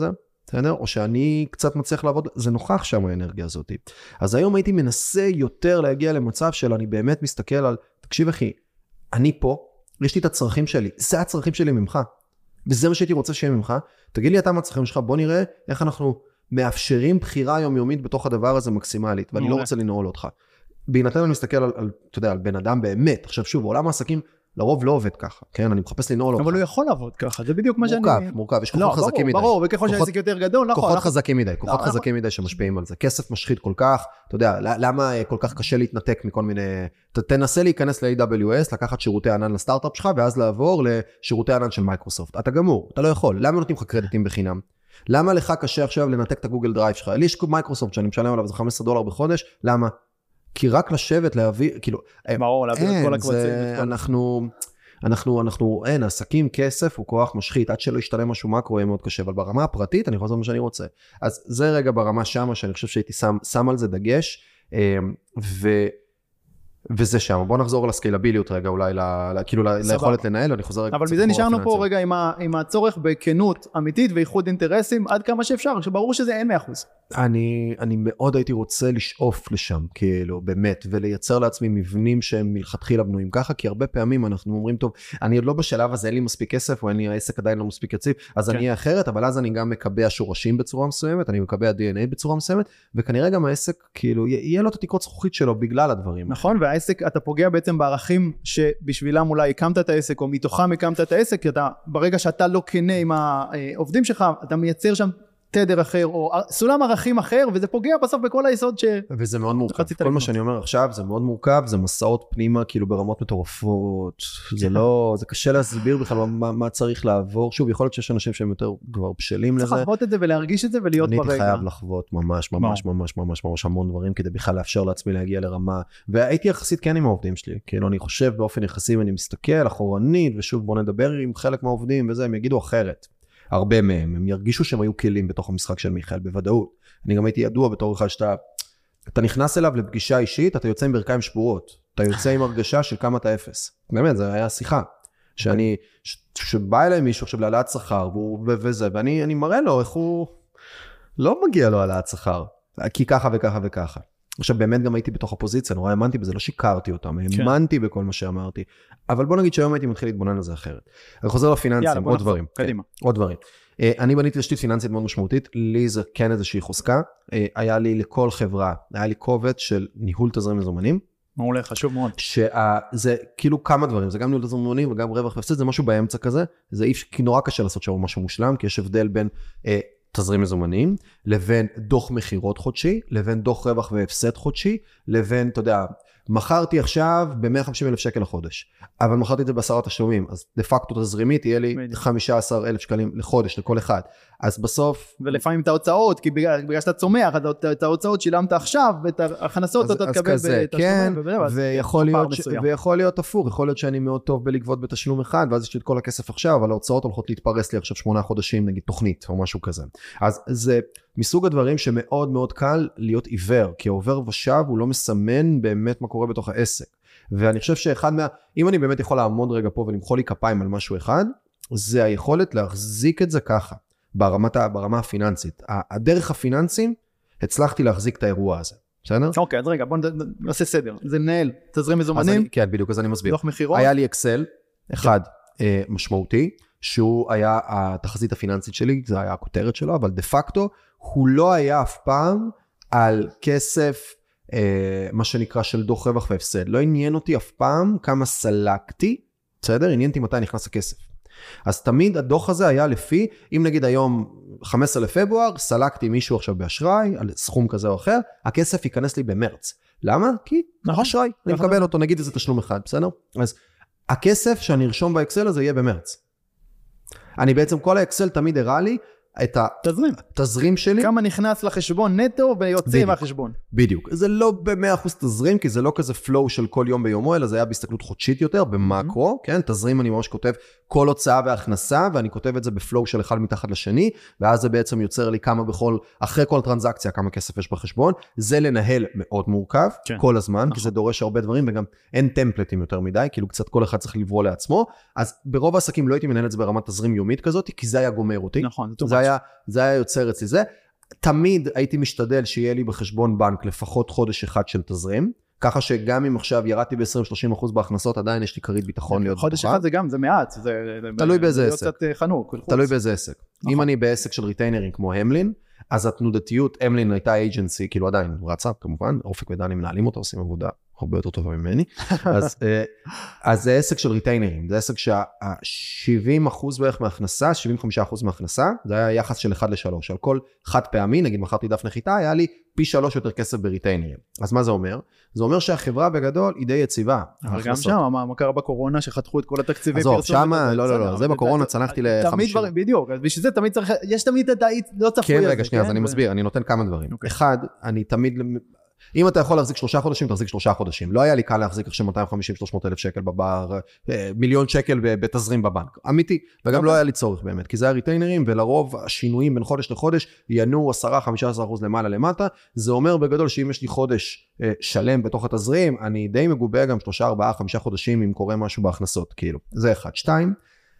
Speaker 2: בסדר? או שאני קצת מצליח לעבוד, זה נוכח שם האנרגיה הזאת. אז היום הייתי מנסה יותר להגיע למצב של אני באמת מסתכל על, תקשיב אחי, אני פה, יש לי את הצרכים שלי, זה הצרכים שלי ממך, וזה מה שהייתי רוצה שיהיה ממך, תגיד לי אתה מה הצרכים שלך, בוא נראה איך אנחנו מאפשרים בחירה יומיומית בתוך הדבר הזה מקסימלית, ואני לא רוצה לנעול אותך. בהינתן אני מסתכל על, אתה יודע, על בן אדם באמת, עכשיו שוב, עולם העסקים לרוב לא עובד ככה, כן? אני מחפש לנעול אותך.
Speaker 3: אבל הוא יכול לעבוד ככה, זה בדיוק מה שאני...
Speaker 2: מורכב, יש כוחות חזקים מדי.
Speaker 3: ברור, וככל שהעסק יותר גדול, נכון.
Speaker 2: כוחות חזקים מדי, כוחות חזקים מדי שמשפיעים על זה. כסף משחית כל כך, אתה יודע, למה כל כך קשה להתנתק מכל מיני... תנסה להיכנס ל-AWS, לקחת שירותי ענן לסטארט-אפ שלך, ואז לעבור לשירותי ענן של מייקרוסופט. אתה גמור, אתה לא יכול. למה נותנים לך קרדיטים בחינם? למה לך קשה עכשיו לנתק את הגוגל דרייב שלך? לי יש מייקרוסופט שאני משלם עליו, זה $15 בחודש. למה? כי רק לשבת להביא, כאילו,
Speaker 3: ברור, להביא את כל הקבצים.
Speaker 2: אין, עסקים, כסף הוא כוח משחית, עד שלא ישתנה משהו מקרו, יהיה מאוד קשה, אבל ברמה הפרטית אני יכול לעשות מה שאני רוצה. אז זה רגע ברמה שמה, שאני חושב שהייתי שם על זה דגש, וזה שם. בוא נחזור לסקיילביליות רגע, אולי כאילו ליכולת לנהל, אני חוזר רגע.
Speaker 3: אבל מזה נשארנו פה רגע עם הצורך בכנות אמיתית ואיחוד אינטרסים, עד כמה שאפשר, שברור שזה אין 100%.
Speaker 2: אני מאוד הייתי רוצה לשאוף לשם, כאילו, באמת, ולייצר לעצמי מבנים שהם מלכתחילה בנויים ככה, כי הרבה פעמים אנחנו אומרים, טוב, אני עוד לא בשלב הזה, אין לי מספיק כסף, או העסק עדיין לא מספיק יציב, אז אני אהיה אחרת, אבל אז אני גם מקבע שורשים בצורה מסוימת, אני מקבע DNA בצורה מסוימת, וכנראה גם העסק, כאילו, יהיה לו את התקרות זכוכית שלו בגלל הדברים.
Speaker 3: נכון, והעסק, אתה פוגע בעצם בערכים שבשבילם אולי הקמת את העסק, או מתוכם הקמת את העסק, כי אתה, ברגע שאתה לא כנה עם העובדים שלך, אתה מייצר שם תדר אחר, או סולם ערכים אחר, וזה פוגע בסוף בכל היסוד
Speaker 2: וזה מאוד מורכב. כל מה שאני אומר עכשיו, זה מאוד מורכב, זה מסעות פנימה, כאילו ברמות מטורפות, זה לא, זה קשה להסביר בכלל מה צריך לעבור. שוב, יכול להיות שיש אנשים שהם יותר כבר בשלים לזה.
Speaker 3: צריך לחוות את זה ולהרגיש את זה ולהיות ברגע.
Speaker 2: אני הייתי חייב לחוות ממש המון דברים, כדי בכלל לאפשר לעצמי להגיע לרמה, והייתי יחסית כן עם העובדים שלי, כאילו אני חושב באופן יחסי, אני מסתכל אחורנית, ושוב בוא נדבר עם חלק מהעובדים וזה, הם יגידו אחרת. הרבה מהם, הם ירגישו שהם היו כלים בתוך המשחק של מיכאל, בוודאות. אני גם הייתי ידוע בתור אחד שאתה נכנס אליו לפגישה אישית, אתה יוצא עם ברכיים שבורות, אתה יוצא עם הרגשה של כמה אתה אפס. באמת, זה היה שיחה. שבא אליי מישהו עכשיו להעלאת שכר, וזה, ואני מראה לו איך הוא לא מגיע לו העלאת שכר, כי ככה וככה וככה. עכשיו באמת גם הייתי בתוך הפוזיציה, נורא האמנתי בזה, לא שיקרתי אותם, האמנתי בכל מה שאמרתי, אבל בוא נגיד שהיום הייתי מתחיל להתבונן על זה אחרת. אני חוזר לפיננסים, עוד דברים. עוד דברים. אני בניתי תשתית פיננסית מאוד משמעותית, לי זה כן איזושהי חוזקה, היה לי לכל חברה, היה לי קובץ של ניהול תזרים מזומנים.
Speaker 3: מעולה, חשוב מאוד.
Speaker 2: שזה כאילו כמה דברים, זה גם ניהול תזרים מזומנים וגם רווח והפסד, זה משהו באמצע כזה, זה כי נורא קשה לעשות שם משהו מושלם, כי יש הבדל בין תזרים מזומנים, לבין דוח מחירות חודשי, לבין דוח רווח והפסד חודשי, לבין, אתה יודע, מכרתי עכשיו ב-150,000 שקל לחודש, אבל מכרתי את זה ב10 תשלומים, אז דה פקטו תזרימית יהיה לי 15,000 שקלים לחודש לכל אחד, אז בסוף...
Speaker 3: ולפעמים את ההוצאות, כי בגלל שאתה צומח, את ההוצאות שילמת עכשיו, ואת ההכנסות אתה תקבל בתשלומים,
Speaker 2: כן, ויכול להיות הפוך, יכול להיות שאני מאוד טוב בלגבות בתשלום אחד, ואז יש לי את כל הכסף עכשיו, אבל ההוצאות הולכות להתפרס לי עכשיו 8 חודשים, נגיד תוכנית או משהו כזה. אז זה מסוג הדברים שמאוד מאוד קל להיות עיוור, כי העובר ושב הוא לא מסמן באמת מה קורה בתוך העסק. ואני חושב שאחד אם אני באמת יכול לעמוד רגע פה ולמחוא לי כפיים על משהו אחד, זה היכולת להחזיק את זה ככה, ברמה הפיננסית. הדרך הפיננסים, הצלחתי להחזיק את האירוע הזה. בסדר?
Speaker 3: אוקיי, אז רגע, בוא נעשה סדר. זה נהל תזרים מזומנים.
Speaker 2: כן, בדיוק, אז אני מסביר.
Speaker 3: דוח מחירות.
Speaker 2: היה לי אקסל, אחד משמעותי, שהוא היה התחזית הפיננסית שלי, זה היה הכותרת שלו, אבל דה פקטו, הוא לא היה אף פעם על כסף, מה שנקרא של דוח רווח והפסד. לא עניין אותי אף פעם כמה סלקתי, בסדר? עניינתי מתי נכנס הכסף. אז תמיד הדוח הזה היה לפי, אם נגיד היום 15 לפברואר, סלקתי מישהו עכשיו באשראי, על סכום כזה או אחר, הכסף ייכנס לי במרץ. למה? כי אשראי, אני מקבל אותו, נגיד איזה תשלום אחד, בסדר? אז הכסף שאני ארשום באקסל הזה יהיה במרץ. אני בעצם כל האקסל תמיד הראה לי את התזרים שלי.
Speaker 3: כמה נכנס לחשבון נטו ויוצא מהחשבון.
Speaker 2: בדיוק. זה לא ב100% תזרים, כי זה לא כזה flow של כל יום ביומו, אלא זה היה בהסתכלות חודשית יותר, במקרו, כן? תזרים אני ממש כותב כל הוצאה והכנסה, ואני כותב את זה בפלואו של אחד מתחת לשני, ואז זה בעצם יוצר לי כמה אחרי כל טרנזקציה, כמה כסף יש בחשבון. זה לנהל מאוד מורכב, כל הזמן, כי זה דורש הרבה דברים, וגם אין טמפלטים יותר מדי, כאילו קצת כל אחד צריך לברוא לעצמו. אז ברוב העסקים לא הייתי מנהל את זה ברמת תזרים יומית כזאת, כי זה היה גומר אותי.
Speaker 3: נכון,
Speaker 2: זה זה היה יוצר אצלי זה. תמיד הייתי משתדל שיהיה לי בחשבון בנק לפחות חודש אחד של תזרים, ככה שגם אם עכשיו ירדתי ב-20-30% בהכנסות, עדיין יש לי כרית ביטחון להיות
Speaker 3: חודש אחד זה גם, זה מעט.
Speaker 2: תלוי באיזה עסק.
Speaker 3: תלוי
Speaker 2: באיזה עסק. אם אני בעסק של ריטיינרים כמו המלין, אז התנודתיות, המלין הייתה אייג'נסי, כאילו עדיין רצה כמובן, אופק ודני מנהלים אותו, עושים עבודה הרבה יותר טובה ממני, אז זה עסק של ריטיינרים, זה עסק שה-70% בערך מההכנסה, 75% מההכנסה, זה היה יחס של 1-3, על כל חד פעמי, נגיד מכרתי דף נחיתה, היה לי פי 3 יותר כסף בריטיינרים. אז מה זה אומר? זה אומר שהחברה בגדול היא די יציבה.
Speaker 3: אבל גם שם, מה קרה בקורונה שחתכו את כל התקציבי
Speaker 2: פרסום? שם, לא, זה בקורונה צנחתי ל-50.
Speaker 3: בדיוק, בשביל זה תמיד צריך, יש תמיד את לא צפוי.
Speaker 2: כן, רגע, שנייה, אז אני מסביר, אני נותן כמה דברים. אחד, אני תמיד, אם אתה יכול להחזיק 3 חודשים, תחזיק 3 חודשים. לא היה לי קל להחזיק עכשיו 250-300 אלף שקל בבר, מיליון שקל בתזרים בבנק. אמיתי. וגם לא היה לי צורך באמת, כי זה היה ריטיינרים, ולרוב השינויים בין חודש לחודש ינועו 10-15% למעלה למטה. זה אומר בגדול שאם יש לי חודש שלם בתוך התזרים, אני די מגובה גם 3-4-5 חודשים אם קורה משהו בהכנסות, כאילו. זה אחד. 2,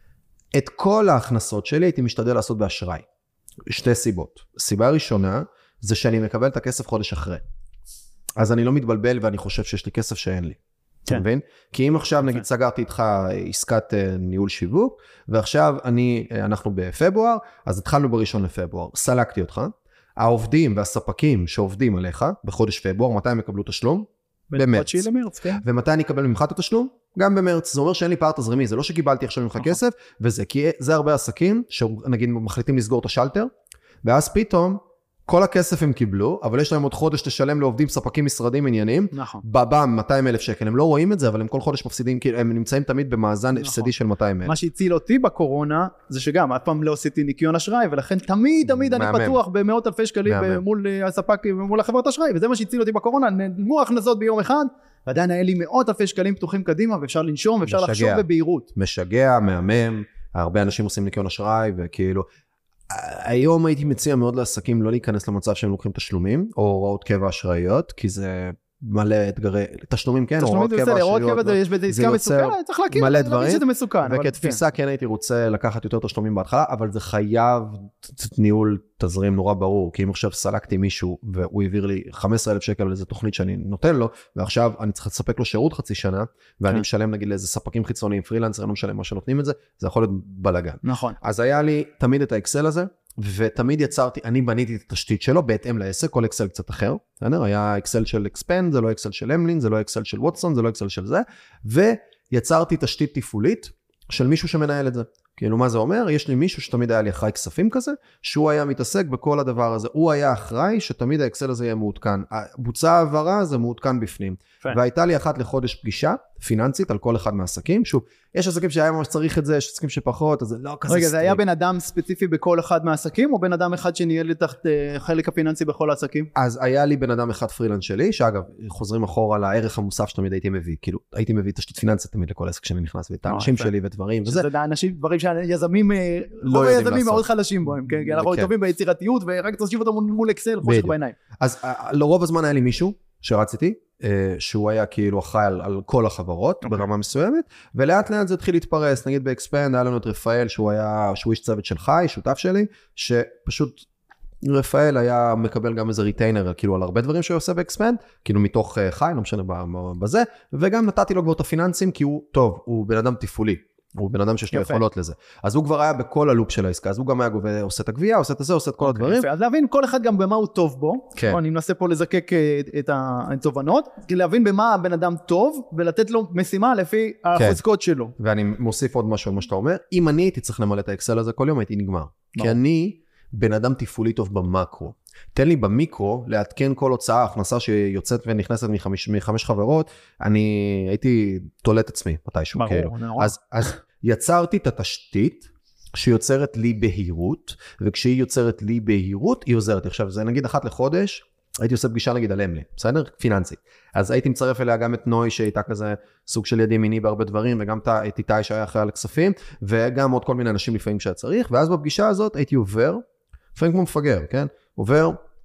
Speaker 2: את כל ההכנסות שלי הייתי משתדל לעשות באשראי. 2 סיבות. סיבה ראשונה, זה שאני מקבל את הכסף חודש אחרי. אז אני לא מתבלבל ואני חושב שיש לי כסף שאין לי. אתה מבין? כי אם עכשיו נגיד סגרתי איתך עסקת ניהול שיווק, ועכשיו אנחנו בפברואר, אז התחלנו ב1 לפברואר, סלקתי אותך, העובדים והספקים שעובדים עליך בחודש פברואר, מתי הם יקבלו תשלום? במרץ. ומתי אני אקבל ממך את התשלום? גם במרץ. זה אומר שאין לי פער תזרימי, זה לא שקיבלתי עכשיו ממך כסף, וזה כי זה הרבה עסקים, שנגיד מחליטים לסגור את השלטר, ואז פתאום כל הכסף הם קיבלו, אבל יש להם עוד חודש לשלם לעובדים, ספקים, משרדים, עניינים.
Speaker 3: נכון.
Speaker 2: בבם, 200,000 שקל. הם לא רואים את זה, אבל הם כל חודש מפסידים, כי הם נמצאים תמיד במאזן הפסדי של 200,000.
Speaker 3: מה שהציל אותי בקורונה, זה שגם אף פעם לא עשיתי ניקיון אשראי, ולכן תמיד אני פתוח במאות אלפי שקלים מול הספק ומול החברת אשראי, וזה מה שהציל אותי בקורונה, נגמרו הכנסות ביום אחד, ועדיין היה לי מאות אלפי שקלים פתוחים קדימה, ואפשר לנשום, ואפשר לחשוב בבהירות.
Speaker 2: משגע, מהמם, הרבה אנשים עושים ניקיון אשראי, וכאילו היום הייתי מציע מאוד לעסקים לא להיכנס למצב שהם לוקחים תשלומים, או הוראות קבע אשראיות, כי זה מלא אתגרי, תשלומים כן,
Speaker 3: הוראות קבע אשראיות, יש בזה עסקה מסוכנת, צריך להכיר, להגיד שזה מסוכן.
Speaker 2: וכתפיסה כן הייתי רוצה לקחת יותר תשלומים בהתחלה, אבל זה חייב ניהול תזרים נורא ברור, כי אם עכשיו סלקתי מישהו, והוא העביר לי 15,000 שקל לאיזו תוכנית שאני נותן לו, ועכשיו אני צריך לספק לו שירות חצי שנה, ואני משלם נגיד לאיזה ספקים חיצוניים, פרילנסר, אני לא משלם מה שנותנים את זה, זה יכול להיות בלגן.
Speaker 3: נכון.
Speaker 2: אז היה לי תמיד את האקסל הזה, ותמיד יצרתי, אני בניתי את התשתית שלו בהתאם לעסק, כל אקסל קצת אחר, היה אקסל של אקספנד, זה לא אקסל של המלין, זה לא אקסל של ווטסון, זה לא אקסל של זה, ויצרתי תשתית תפעולית של מישהו שמנהל את זה. כאילו מה זה אומר? יש לי מישהו שתמיד היה לי אחראי כספים כזה, שהוא היה מתעסק בכל הדבר הזה, הוא היה אחראי שתמיד האקסל הזה יהיה מעודכן, בוצע העברה זה מעודכן בפנים, והייתה לי אחת לחודש פגישה פיננסית על כל אחד מהעסקים, שוב, יש עסקים שהיה ממש צריך את זה, יש עסקים שפחות, אז זה לא כזה
Speaker 3: רגע, זה היה בן אדם ספציפי בכל אחד מהעסקים, או בן אדם אחד שניהל לתחת חלק הפיננסי בכל העסקים?
Speaker 2: אז היה לי בן אדם אחד פרילנס שלי, שאגב, חוזרים אחורה לערך המוסף שתמיד הייתי מביא, כאילו, הייתי מביא תשתית פיננסית תמיד לכל עסק שאני נכנס, ואת האנשים שלי ודברים, וזה.
Speaker 3: שזה אנשים, דברים שהיזמים, רוב היזמים מאוד חלשים בו, כי אנחנו טובים ביצירתיות, ורק תושיב אותו מול אקסל, חושך בעיניים.
Speaker 2: אז לרוב הזמן היה לי מישהו שרציתי, שהוא היה כאילו אחראי על כל החברות ברמה מסוימת, ולאט לאט זה התחיל להתפרס, נגיד באקספנד היה לנו את רפאל, שהוא איש צוות של חי, שותף שלי, שפשוט רפאל היה מקבל גם איזה ריטיינר, כאילו על הרבה דברים שהוא עושה באקספנד, כאילו מתוך חי, לא משנה בזה, וגם נתתי לו כבר את הפיננסים, כי הוא טוב, הוא בן אדם תפעולי. הוא בן אדם שיש לו יכולות לזה. אז הוא כבר היה בכל הלופ של העסקה, אז הוא גם היה גובה, עושה את הגבייה, עושה את זה, עושה את כל הדברים.
Speaker 3: אז להבין כל אחד גם במה הוא טוב בו, אני מנסה פה לזקק את התובנות, להבין במה הבן אדם טוב, ולתת לו משימה לפי החוזקות שלו.
Speaker 2: ואני מוסיף עוד משהו על מה שאתה אומר, אם אני הייתי צריך למלא את האקסל הזה כל יום, הייתי נגמר. כי אני בן אדם תפעולי טוב במקרו. תן לי במיקרו לעדכן כל הוצאה, הכנסה שיוצאת ונכנסת מחמש חברות, אני הייתי תולט עצמי מתישהו. אז יצרתי את התשתית שיוצרת לי בהירות, וכשהיא יוצרת לי בהירות, היא עוזרת. עכשיו, זה נגיד אחת לחודש, הייתי עושה פגישה נגיד על אמלי, בסדר? פיננסית. אז הייתי מצרף אליה גם את נוי, שהייתה כזה סוג של יד ימיני בהרבה דברים, וגם את איתי שהיה אחראי על הכספים, וגם עוד כל מיני אנשים לפעמים שהיה צריך, ואז בפגישה הזאת הייתי עובר, לפעמים כמו מפגר, כן? עובר,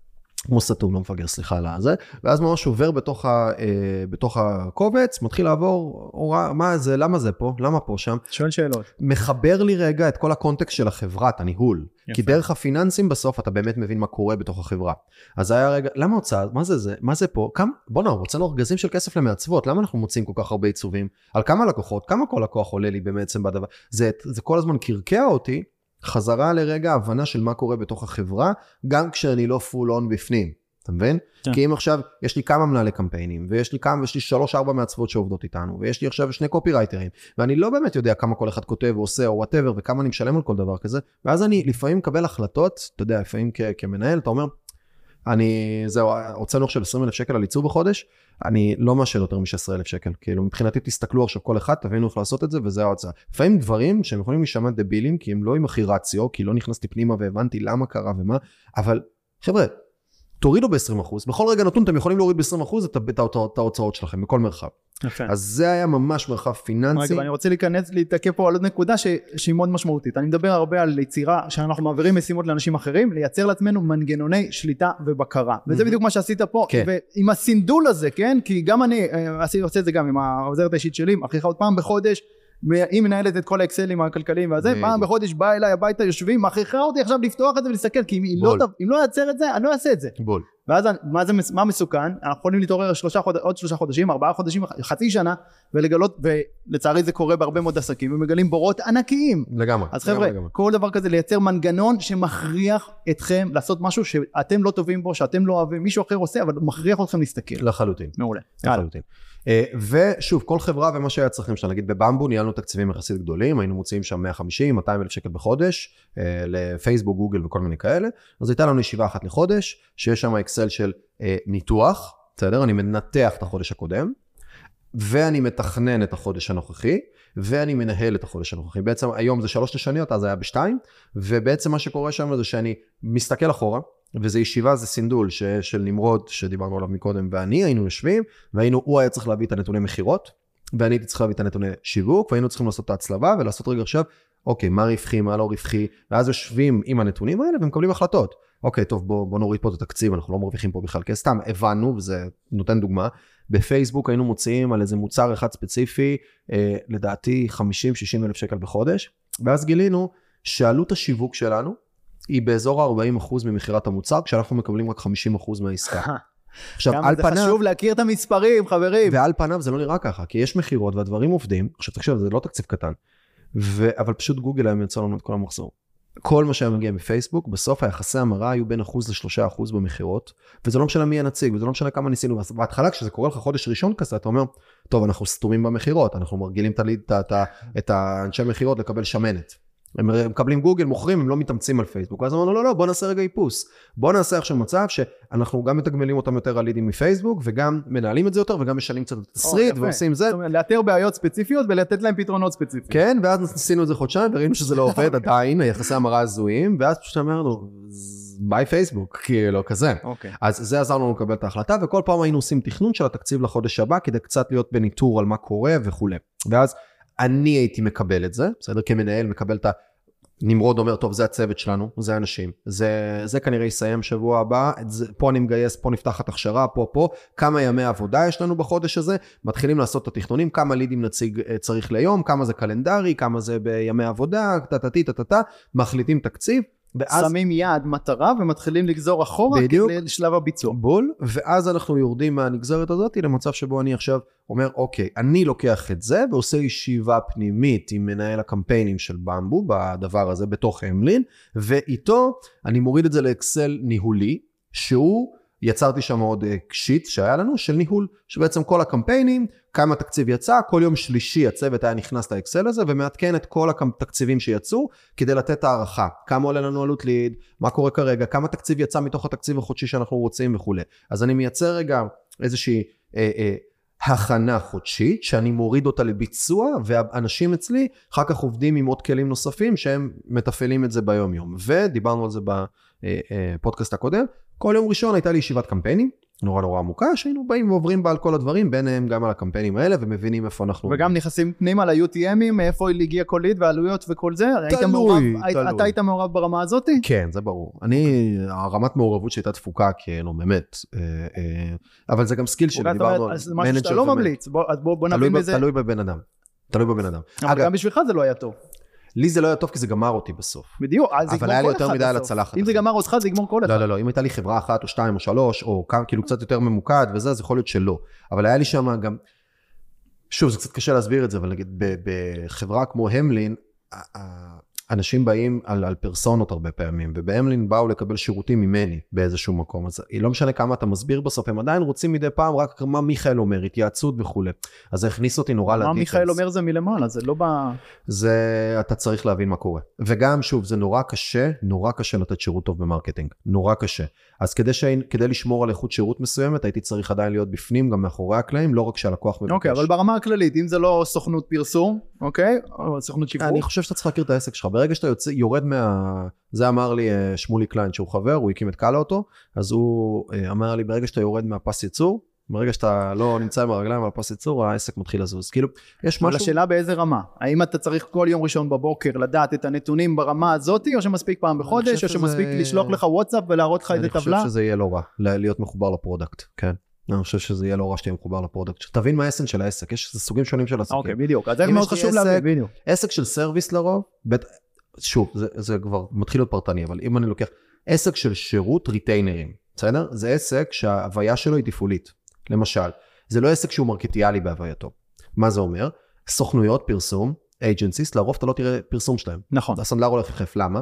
Speaker 2: כמו סתום, לא מפגר, סליחה על זה, ואז ממש עובר בתוך הקובץ, מתחיל לעבור, מה זה, למה זה פה, למה פה, שם.
Speaker 3: שואל שאלות.
Speaker 2: מחבר לי רגע את כל הקונטקסט של החברה, את הניהול. יפה. כי דרך הפיננסים בסוף אתה באמת מבין מה קורה בתוך החברה. אז היה רגע, למה הוצאה, מה זה פה? בוא נאמר, הוצאנו ארגזים של כסף למעצבות, למה אנחנו מוצאים כל כך הרבה עיצובים? על כמה לקוחות, כמה כל לקוח עולה לי בעצם בדבר? זה כל הזמן קרקע אותי, חזרה לרגע הבנה של מה קורה בתוך החברה, גם כשאני לא פול און בפנים, אתה מבין? כן. כי אם עכשיו יש לי כמה מנהלי קמפיינים, ויש לי 3-4 מעצבות שעובדות איתנו, ויש לי עכשיו 2 קופירייטרים, ואני לא באמת יודע כמה כל אחד כותב או עושה או whatever, וכמה אני משלם על כל דבר כזה, ואז אני לפעמים מקבל החלטות, אתה יודע, לפעמים כמנהל, אתה אומר, הוצאנו עכשיו 20,000 שקל על עיצוב בחודש, אני לא מאשר יותר מ-16,000 שקל, כאילו מבחינתי תסתכלו עכשיו כל אחד, תבינו איך לעשות את זה, וזה ההוצאה. לפעמים דברים שהם יכולים להישמע דבילים, כי הם לא עם הכי רציו, כי לא נכנסתי פנימה והבנתי למה קרה ומה, אבל חבר'ה, תורידו ב-20%, בכל רגע נתון אתם יכולים להוריד ב-20% את ההוצאות שלכם, בכל מרחב. יפה. אז זה היה ממש מרחב פיננסי.
Speaker 3: רגע, אני רוצה להתעכב פה על עוד נקודה שהיא מאוד משמעותית. אני מדבר הרבה על יצירה, שאנחנו מעבירים משימות לאנשים אחרים, לייצר לעצמנו מנגנוני שליטה ובקרה. וזה בדיוק מה שעשית פה. כן. ועם הסינדול הזה, כן? כי גם אני עושה את זה גם עם העוזרת האישית שלי, מכריחה עוד פעם בחודש, היא מנהלת את כל האקסלים הכלכליים והזה, פעם בחודש באה אליי הביתה, יושבים, מכריחה אותי עכשיו לפתוח את זה ולהסתכל, כי אם לא יעצר את זה, אני לא אעשה את זה. בול. ואז מה מסוכן? אנחנו יכולים להתעורר עוד 3 חודשים, 4 חודשים, חצי שנה, ולגלות, ולצערי זה קורה בהרבה מאוד עסקים, ומגלים בורות ענקיים.
Speaker 2: לגמרי.
Speaker 3: אז חבר'ה, כל דבר כזה לייצר מנגנון שמכריח אתכם לעשות משהו שאתם לא טובים בו, שאתם לא אוהבים, מישהו אחר עושה, אבל מכריח אתכם להסתכל.
Speaker 2: לחלוטין.
Speaker 3: מעולה.
Speaker 2: לחלוטין. ושוב, כל חברה ומה שהיה צריכים שלנו, נגיד בבמבו ניהלנו תקציבים יחסית גדולים, היינו מוציאים שם 150-200 אלף שקל בחודש, לפייסבוק, גוגל וכל מיני כאלה, אז הייתה לנו ישיבה אחת לחודש, שיש שם אקסל של ניתוח, בסדר? אני מנתח את החודש הקודם, ואני מתכנן את החודש הנוכחי, ואני מנהל את החודש הנוכחי. בעצם היום זה 3 לשניות, אז היה ב2, ובעצם מה שקורה שם זה שאני מסתכל אחורה, וזה ישיבה, זה סינדול של נמרוד, שדיברנו עליו מקודם, ואני היינו יושבים, הוא היה צריך להביא את הנתוני מחירות, ואני הייתי צריך להביא את הנתוני שיווק, והיינו צריכים לעשות את ההצלבה, ולעשות רגע עכשיו, אוקיי, מה רווחי, מה לא רווחי, ואז יושבים עם הנתונים האלה, ומקבלים החלטות. אוקיי, טוב, בוא נוריד פה את התקציב, אנחנו לא מרוויחים פה בכלל, כי סתם הבנו, וזה נותן דוגמה, בפייסבוק היינו מוציאים על איזה מוצר אחד ספציפי, לדעתי 50-60 אלף שקל בחודש, ואז גילינו שעלות השיווק שלנו, היא באזור 40% ממחירת המוצר, כשאנחנו מקבלים רק 50% מהעסקה.
Speaker 3: עכשיו, על פניו... זה חשוב להכיר את המספרים, חברים.
Speaker 2: ועל פניו זה לא נראה ככה, כי יש מחירות והדברים עובדים, עכשיו תקשיב, זה לא תקציב קטן, אבל פשוט גוגל היה מייצר לנו את כל המחזור. כל מה שהיה מגיע בפייסבוק, בסוף היחסי המרה היו בין 1% ל3% במחירות, וזה לא משנה מי הנציג, וזה לא משנה כמה ניסינו, בהתחלה כשזה קורה לך חודש ראשון כזה, אתה אומר, טוב, אנחנו סתומים במחירות, אנחנו מרגילים את האנשי מחירות לקבל שמנת. הם מקבלים גוגל, מוכרים, הם לא מתאמצים על פייסבוק. אז אמרנו, לא, בוא נעשה רגע איפוס. בוא נעשה עכשיו מצב שאנחנו גם מתגמלים אותם יותר על לידים מפייסבוק, וגם מנהלים את זה יותר, וגם משנים קצת את התסריט, ועושים זה.
Speaker 3: זאת אומרת, לאתר בעיות ספציפיות, ולתת להם פתרונות ספציפיים.
Speaker 2: כן, ואז ניסינו את זה חודשיים, וראינו שזה לא עובד עדיין, היחסי המרה הזויים, ואז פשוט אמרנו, ביי פייסבוק, כאילו, כזה. אז זה עזר לנו לקבל את ההחלטה, וכל פעם היינו עושים תכנון של התקציב לחודש הבא, כדי קצת להיות בניטור על מה קורה וכו'. ואז אני הייתי מקבל את זה, בסדר? כמנהל מקבל את נמרוד אומר, טוב, זה הצוות שלנו, זה אנשים, זה כנראה יסיים שבוע הבא, פה אני מגייס, פה נפתחת הכשרה, פה, כמה ימי עבודה יש לנו בחודש הזה, מתחילים לעשות את התכנונים, כמה לידים נציג צריך ליום, כמה זה קלנדרי, כמה זה בימי עבודה, מחליטים תקציב,
Speaker 3: ואז שמים יעד מטרה ומתחילים לגזור אחורה לשלב הביצוע.
Speaker 2: בול, ואז אנחנו יורדים מהנגזרת הזאת למצב שבו אני עכשיו אומר, אוקיי, אני לוקח את זה ועושה ישיבה פנימית עם מנהל הקמפיינים של במבו בדבר הזה בתוך המלין, ואיתו אני מוריד את זה לאקסל ניהולי, שהוא יצרתי שם עוד שיט שהיה לנו של ניהול, שבעצם כל הקמפיינים, כמה תקציב יצא, כל יום שלישי הצוות היה נכנס לאקסל הזה, ומעדכן את כל התקציבים שיצאו, כדי לתת הערכה, כמה עולה לנו עלות ליד, מה קורה כרגע, כמה תקציב יצא מתוך התקציב החודשי שאנחנו רוצים וכו'. אז אני מייצר רגע איזושהי הכנה חודשית, שאני מוריד אותה לביצוע, והאנשים אצלי אחר כך עובדים עם עוד כלים נוספים, שהם מתפעלים את זה ביום יום. ודיברנו על זה בפודקאסט הקודם, כל יום ראשון הייתה לי ישיבת קמפיינים, נורא נורא עמוקה, שהיינו באים ועוברים בה על כל הדברים, ביניהם גם על הקמפיינים האלה, ומבינים איפה אנחנו...
Speaker 3: וגם נכנסים פנימה ל-UTMים, מאיפה הגיע כל ליד והעלויות וכל זה?
Speaker 2: תלוי.
Speaker 3: אתה היית מעורב ברמה הזאת?
Speaker 2: כן, זה ברור. הרמת מעורבות שהייתה תפוקה, כן, או באמת, אבל זה גם סקיל שלי, דיברנו על
Speaker 3: אז משהו שאתה לא ממליץ, בוא נבין בזה.
Speaker 2: תלוי בבן אדם.
Speaker 3: אבל גם בשבילך זה לא היה טוב.
Speaker 2: לי זה לא היה טוב כי זה גמר אותי בסוף.
Speaker 3: בדיוק, אז זה
Speaker 2: אבל היה לי יותר מדי על הצלחת.
Speaker 3: אם זה גמר אותך, זה יגמור כל אחד.
Speaker 2: לא, אם הייתה לי חברה אחת או שתיים או שלוש, או כאילו קצת יותר ממוקד וזה, אז יכול להיות שלא. אבל היה לי שם גם, שוב, זה קצת קשה להסביר את זה, אבל נגיד בחברה כמו המלין, אנשים באים על פרסונות הרבה פעמים, ובהמלין באו לקבל שירותים ממני באיזשהו מקום, אז לא משנה כמה אתה מסביר בסוף, הם עדיין רוצים מדי פעם רק מה מיכאל אומר, התייעצות וכו'. אז זה הכניס אותי נורא לדיטלס.
Speaker 3: מה מיכאל אומר זה מלמעלה, זה לא
Speaker 2: זה, אתה צריך להבין מה קורה. וגם, שוב, זה נורא קשה לתת שירות טוב במרקטינג, נורא קשה. אז כדי לשמור על איכות שירות מסוימת, הייתי צריך עדיין להיות בפנים, גם מאחורי הקלעים, לא רק שהלקוח מבקש.
Speaker 3: אוקיי, אבל ברמה הכללית, אם זה לא סוכנות פרסום, אוקיי? או סוכנות שיווק.
Speaker 2: אני חושב שאתה צריך להכיר את העסק שלך. ברגע שאתה יורד זה אמר לי שמולי קליין שהוא חבר, הוא הקים את קאלה אותו, אז הוא אמר לי, ברגע שאתה יורד מהפס ייצור, ברגע שאתה לא נמצא עם הרגליים על הפס ייצור, העסק מתחיל לזוז. כאילו, יש משהו...
Speaker 3: אבל השאלה באיזה רמה? האם אתה צריך כל יום ראשון בבוקר לדעת את הנתונים ברמה הזאת, או שמספיק פעם בחודש, או שמספיק לשלוח לך וואטסאפ ולהראות לך איזה טבלה?
Speaker 2: אני חושב שזה יהיה לא רע, להיות מחובר לפרודקט, כן. אני חושב שזה יהיה לא רע שתהיה מחובר לפרודקט. תבין מה האסנס של העסק, יש סוגים שונים של עסקים.
Speaker 3: אוקיי, בדיוק. אז זה מאוד חשוב להבין, בדיוק.
Speaker 2: עסק של סרוויס לרוב, שוב, זה כבר מתחיל להיות פרטני, אבל אם אני לוקח עסק של שירות ריטיינרים, בסדר? זה עסק שההוויה שלו היא תפעולית. למשל, זה לא עסק שהוא מרקטיאלי בהווייתו. מה זה אומר? סוכנויות פרסום, agencies, לרוב אתה לא תראה פרסום שלהם.
Speaker 3: נכון.
Speaker 2: הסנדלר הולך יחף, למה?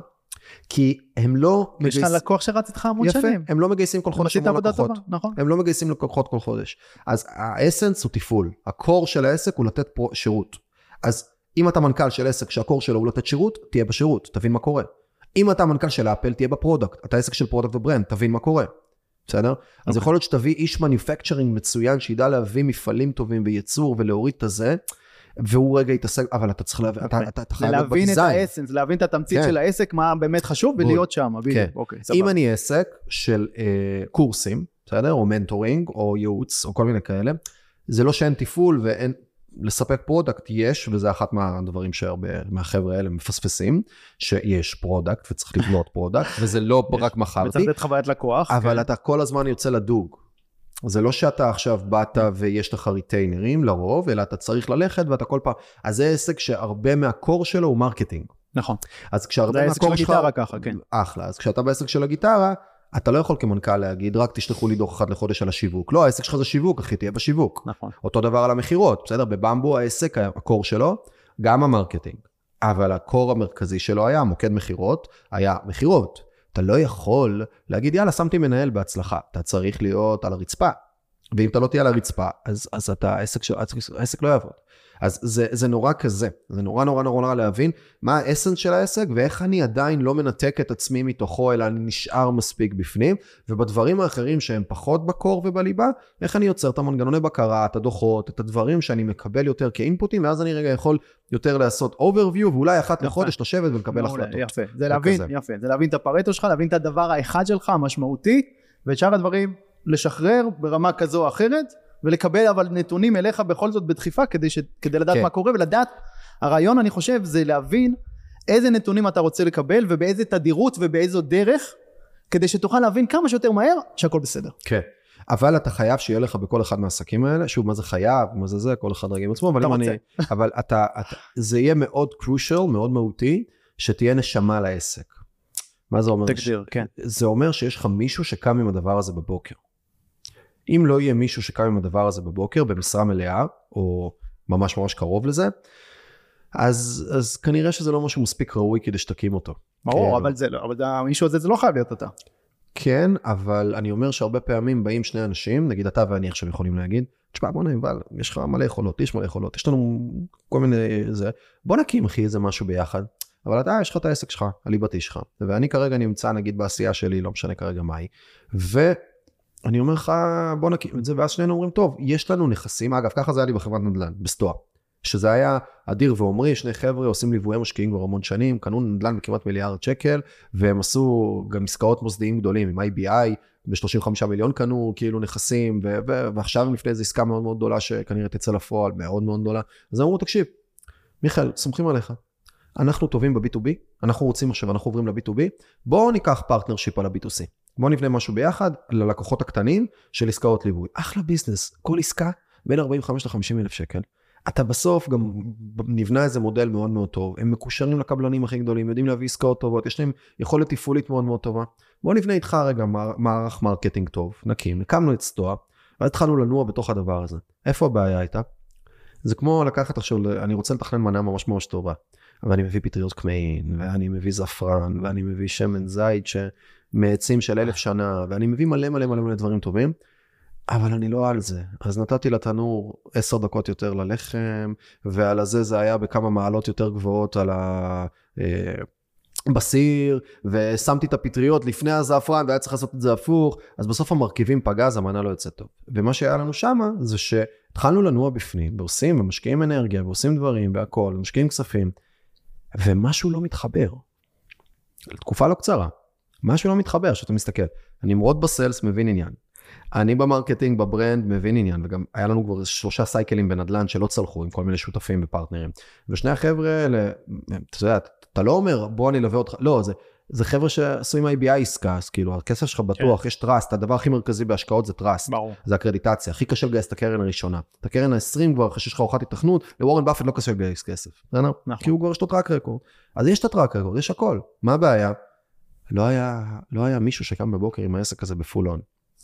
Speaker 2: כי הם לא
Speaker 3: מגייסים... יש לך לקוח שרץ איתך המון שנים.
Speaker 2: הם לא מגייסים כל חודש המון לקוחות.
Speaker 3: נכון.
Speaker 2: הם לא מגייסים לקוחות כל חודש. אז האסנס הוא תפעול. הקור של העסק הוא לתת שירות. אז אם אתה מנכ"ל של עסק שהקור שלו הוא לתת שירות, תהיה בשירות, תבין מה קורה. אם אתה מנכ"ל של אפל, תהיה בפרודקט. אתה עסק של פרודקט וברנד, תבין מה קורה. בסדר? אז יכול להיות שתביא איש מניפקצ'רינג מצוין, שידע להביא מפעלים טובים וייצור ולהוריד את זה, והוא רגע יתעסק, אבל אתה צריך
Speaker 3: להבין את האסנס, להבין את התמצית של העסק, מה באמת חשוב ולהיות שם.
Speaker 2: אם אני עסק של קורסים, בסדר? או מנטורינג, או ייעוץ, או כל מיני כאלה, זה לא שאין טיפול ואין לספק פרודקט, יש, וזה אחת מהדברים שהרבה מהחבר'ה האלה מפספסים, שיש פרודקט וצריך לבנות פרודקט, וזה לא רק מחרתי.
Speaker 3: וצריך לתת חוויית לקוח.
Speaker 2: אבל אתה כל הזמן יוצא לדוג. זה לא שאתה עכשיו באת ויש לך ריטיינרים לרוב, אלא אתה צריך ללכת ואתה כל פעם... אז זה עסק שהרבה מהקור שלו הוא מרקטינג.
Speaker 3: נכון.
Speaker 2: אז כשהרבה מהקור שלך...
Speaker 3: הגיטרה ככה, כן.
Speaker 2: אחלה. אז כשאתה בעסק של הגיטרה, אתה לא יכול כמנכ"ל להגיד, רק תשלחו לי דוח אחת לחודש על השיווק. לא, העסק שלך זה שיווק, אחי, תהיה בשיווק.
Speaker 3: נכון.
Speaker 2: אותו דבר על המחירות, בסדר? בבמבו העסק, הקור שלו, גם המרקטינג. אבל הקור המרכזי שלו היה, מוקד מחירות, היה מחירות. אתה לא יכול להגיד, יאללה, שמתי מנהל בהצלחה. אתה צריך להיות על הרצפה. ואם אתה לא תהיה על הרצפה, אז העסק לא יעבוד. אז זה נורא כזה, זה נורא נורא נורא להבין מה האסנס של העסק, ואיך אני עדיין לא מנתק את עצמי מתוכו, אלא אני נשאר מספיק בפנים, ובדברים האחרים שהם פחות בקור ובליבה, איך אני יוצר את המנגנוני בקרה, את הדוחות, את הדברים שאני מקבל יותר כאינפוטים, ואז אני רגע יכול יותר לעשות overview, ואולי אחת לחודש לשבת ולקבל החלטות.
Speaker 3: יפה, זה להבין, יפה, זה להבין את הפרטו שלך, להבין את הדבר האחד שלך, המשמעותי, ואת שאר הדברים לשחרר ברמה כזו או אחרת, ולקבל אבל נתונים אליך בכל זאת בדחיפה, כדי לדעת מה קורה, ולדעת, הרעיון אני חושב זה להבין איזה נתונים אתה רוצה לקבל, ובאיזה תדירות ובאיזו דרך, כדי שתוכל להבין כמה שיותר מהר, שהכל בסדר.
Speaker 2: כן, אבל אתה חייב שיהיה לך בכל אחד מהעסקים האלה, שוב מה זה חייב, מה זה, כל אחד רגע עם עצמו, אבל זה יהיה מאוד crucial, מאוד מהותי, שתהיה נשמה לעסק. מה זה אומר?
Speaker 3: תגדיר, כן.
Speaker 2: זה אומר שיש לך מישהו שקם עם הדבר הזה בבוקר. אם לא יהיה מישהו שקם עם הדבר הזה בבוקר, במשרה מלאה, או ממש ממש קרוב לזה, אז כנראה שזה לא משהו מספיק ראוי כדי שתקים אותו.
Speaker 3: ברור, אבל מישהו הזה זה לא חייב להיות אתה.
Speaker 2: כן, אבל אני אומר שהרבה פעמים באים שני אנשים, נגיד אתה ואני עכשיו יכולים להגיד, תשמע בוא נבל, יש לך מלא יכולות, יש מלא יכולות, יש לנו כל מיני זה, בוא נקים אחי איזה משהו ביחד, אבל אתה יש לך את העסק שלך, הליבתי שלך, ואני כרגע נמצא נגיד בעשייה שלי, לא משנה כרגע מהי, אני אומר לך, בוא נקים את זה, ואז שנינו אומרים, טוב, יש לנו נכסים, אגב, ככה זה היה לי בחברת נדל"ן, בסטואה. שזה היה אדיר ועומרי, שני חבר'ה עושים ליווי משקיעים כבר המון שנים, קנו נדל"ן בכמעט מיליארד שקל, והם עשו גם עסקאות מוסדיים גדולים, עם IBI, ב-35 מיליון קנו כאילו נכסים, ועכשיו הם לפני איזו עסקה מאוד מאוד גדולה, שכנראה תצא לפועל, מאוד מאוד גדולה. אז אמרו, תקשיב, מיכאל, סומכים עליך. אנחנו טובים ב-B2B, אנחנו רוצים עכשיו, אנחנו עוברים ל-B2B, בואו ניקח פרטנרשיפ על ה-B2C. בואו נבנה משהו ביחד, ללקוחות הקטנים של עסקאות ליווי. אחלה ביזנס, כל עסקה בין 45 ל-50 אלף שקל. אתה בסוף גם נבנה איזה מודל מאוד מאוד טוב, הם מקושרים לקבלנים הכי גדולים, יודעים להביא עסקאות טובות, יש להם יכולת תפעולית מאוד מאוד טובה. בואו נבנה איתך רגע מערך מרקטינג טוב, נקים, הקמנו את סטואה, ואז התחלנו לנוע בתוך הדבר הזה. איפה הבעיה הייתה? זה כמו לקחת עכשיו, אני רוצה לתכנן מנה ממש ממש טובה, ואני מביא פטריות קמעין, ואני מביא זפרן, ואני מביא שמן זית מעצים של 1000 שנה, ואני מביא מלא מלא מלא מלא דברים טובים, אבל אני לא על זה. אז נתתי לתנור 10 דקות יותר ללחם, ועל הזה זה היה בכמה מעלות יותר גבוהות על בסיר, ושמתי את הפטריות לפני הזפרן, והיה צריך לעשות את זה הפוך, אז בסוף המרכיבים פגז, המנה לא יוצא טוב. ומה שהיה לנו שמה, זה שהתחלנו לנוע בפנים, ועושים, ומשקיעים אנרגיה, ועושים דברים, והכל, ומשקיעים כספים, ומשהו לא מתחבר. לתקופה לא קצרה. משהו לא מתחבר, שאתה מסתכל. אני מאוד בסיילס, מבין עניין. אני במרקטינג, בברנד, מבין עניין, וגם היה לנו כבר 3 סייקלים בנדל"ן שלא צלחו, עם כל מיני שותפים ופרטנרים. ושני החבר'ה האלה, אתה יודע, אתה לא אומר, בוא אני אלווה אותך, לא, זה חבר'ה שעשו עם IBI עסקה, אז כאילו, הכסף שלך בטוח, יש טראסט, הדבר הכי מרכזי בהשקעות זה טראסט, זה הקרדיטציה, הכי קשה לגייס את הקרן הראשונה. את הקרן ה-20 כבר, אחרי שיש לך הוכחת התכנות, לוורן באפט לא קשה לגייס כסף, כי הוא כבר יש לו טראק רקורד. אז יש את הטראק רקורד, יש הכל. מה הבעיה? לא היה מישהו שקם בבוקר עם העסק הזה בפול און.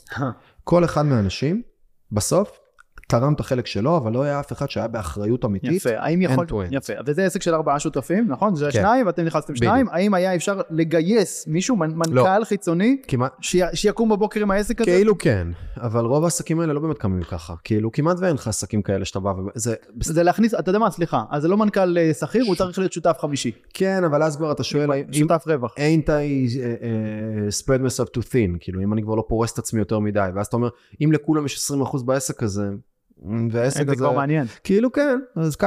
Speaker 2: כל אחד מהאנשים, בסוף, תרם את החלק שלו, אבל לא היה אף אחד שהיה באחריות אמיתית.
Speaker 3: יפה, האם יכול... יפה, וזה עסק של 4 שותפים, נכון? זה 2, ואתם נכנסתם 2. האם היה אפשר לגייס מישהו, מנכ"ל חיצוני, שיקום בבוקר עם העסק הזה?
Speaker 2: כאילו כן, אבל רוב העסקים האלה לא באמת קמים ככה. כאילו כמעט ואין לך עסקים כאלה שאתה בא,
Speaker 3: זה להכניס, אתה יודע מה, סליחה, אז זה לא מנכ"ל שכיר, הוא צריך להיות שותף חמישי.
Speaker 2: כן, אבל אז כבר אתה שואל,
Speaker 3: שותף רווח.
Speaker 2: ain't I spread myself too thin, כאילו אם אני כבר לא פורס את עצמי יותר מדי, ואז אתה אומר, אם לכולם יש 20% בעסק הזה, והעסק הזה, כאילו כן, אז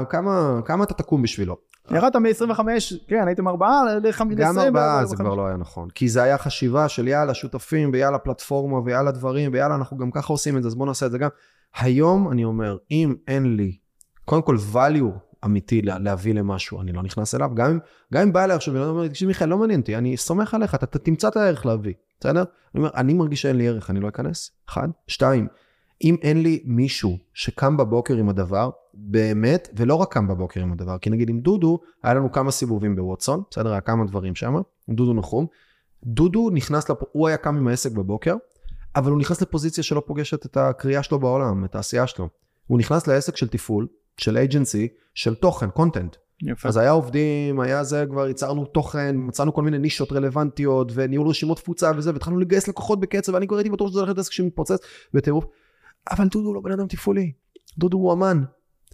Speaker 2: כמה אתה תקום בשבילו?
Speaker 3: ירדת מ-25, כן, הייתם 4 ל-20.
Speaker 2: גם 4 זה כבר לא היה נכון, כי זה היה חשיבה של יאללה שותפים, ויאללה פלטפורמה, ויאללה דברים, ויאללה אנחנו גם ככה עושים את זה, אז בואו נעשה את זה גם. היום אני אומר, אם אין לי, קודם כל value אמיתי להביא למשהו, אני לא נכנס אליו, גם אם בא אליי עכשיו, ואני אומר, תקשיב מיכאל, לא מעניין אותי, אני סומך עליך, אתה תמצא את הערך להביא, בסדר? אני אומר, אני מרגיש שאין לי ערך, אני לא אכנס, 1, 2, אם אין לי מישהו שקם בבוקר עם הדבר, באמת, ולא רק קם בבוקר עם הדבר, כי נגיד עם דודו, היה לנו כמה סיבובים בווטסון, בסדר, היה כמה דברים שם, דודו נחום, דודו נכנס, הוא היה קם עם העסק בבוקר, אבל הוא נכנס לפוזיציה שלא פוגשת את הקריאה שלו בעולם, את העשייה שלו. הוא נכנס לעסק של טיפול, של אייג'נסי, של תוכן, קונטנט. יפה. אז היה עובדים, היה זה, כבר ייצרנו תוכן, מצאנו כל מיני נישות רלוונטיות, וניהול רשימות תפוצה וזה, והתחלנו לגייס לקוחות בקצב, ואני כבר הייתי בטוח שזה הולך לעסק שמתפוצץ בטירוף. אבל דודו הוא לא בן אדם תפעולי, דודו הוא אמן.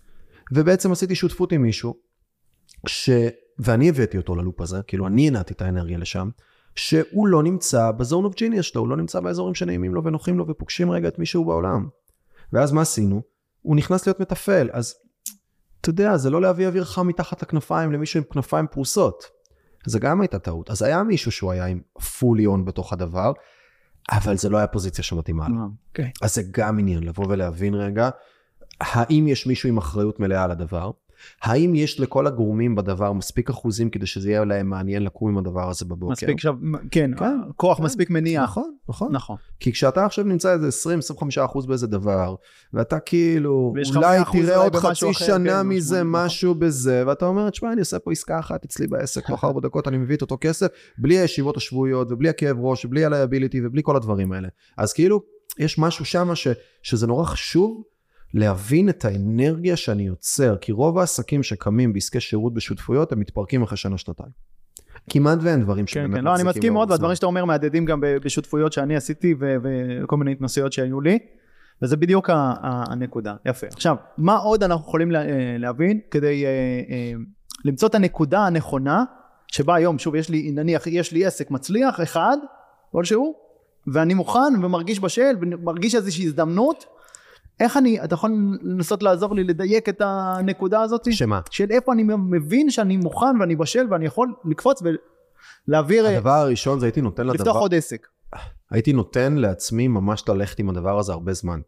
Speaker 2: ובעצם עשיתי שותפות עם מישהו, ואני הבאתי אותו ללופ הזה, כאילו אני הנעתי את האנרגיה לשם, שהוא לא נמצא בזון אוף ג'יניוס שלו, הוא לא נמצא באזורים שנעימים לו ונוחים לו, ופוגשים רגע את מישהו בעולם. ואז מה עשינו? הוא נכנס להיות מטפל, אז אתה יודע, זה לא להביא אוויר חם מתחת לכנפיים, למישהו עם כנפיים פרוסות. זה גם הייתה טעות. אז היה מישהו שהוא היה עם פולי און בתוך הדבר, אבל זה לא היה פוזיציה שמתאימה לו.
Speaker 3: Okay.
Speaker 2: אז זה גם עניין, לבוא ולהבין רגע, האם יש מישהו עם אחריות מלאה על הדבר? האם יש לכל הגורמים בדבר מספיק אחוזים, כדי שזה יהיה להם מעניין לקום עם הדבר הזה בבוקר?
Speaker 3: מספיק, כן, כוח מספיק מניע.
Speaker 2: נכון. כי כשאתה עכשיו נמצא איזה 20-25% באיזה דבר, ואתה כאילו, אולי תראה עוד חצי שנה מזה משהו בזה, ואתה אומר, תשמע, אני עושה פה עסקה אחת אצלי בעסק, תוך 4 דקות אני מביא את אותו כסף, בלי הישיבות השבועיות, ובלי הכאב ראש, ובלי הלייביליטי, ובלי כל הדברים האלה. אז כאילו, יש משהו שם שזה נורא חשוב, להבין את האנרגיה שאני יוצר, כי רוב העסקים שקמים בעסקי שירות בשותפויות, הם מתפרקים אחרי שנה-שנתיים. כמעט ואין דברים שבאמת
Speaker 3: מחזיקים. לא, אני מסכים מאוד, והדברים שאתה אומר מהדהדים גם בשותפויות שאני עשיתי, וכל מיני התנסויות שהיו לי, וזה בדיוק הנקודה. יפה. עכשיו, מה עוד אנחנו יכולים להבין, כדי למצוא את הנקודה הנכונה, שבה היום, שוב, נניח, יש לי עסק מצליח, אחד, כלשהו, ואני מוכן ומרגיש בשל, ומרגיש איזושהי הזדמנות, איך אתה יכול לנסות לעזור לי לדייק את הנקודה הזאת?
Speaker 2: שמה?
Speaker 3: של איפה אני מבין שאני מוכן ואני בשל ואני יכול לקפוץ ולהעביר...
Speaker 2: הדבר הראשון זה הייתי נותן
Speaker 3: לפתוח עוד עסק.
Speaker 2: הייתי נותן לעצמי ממש ללכת עם הדבר הזה הרבה זמן.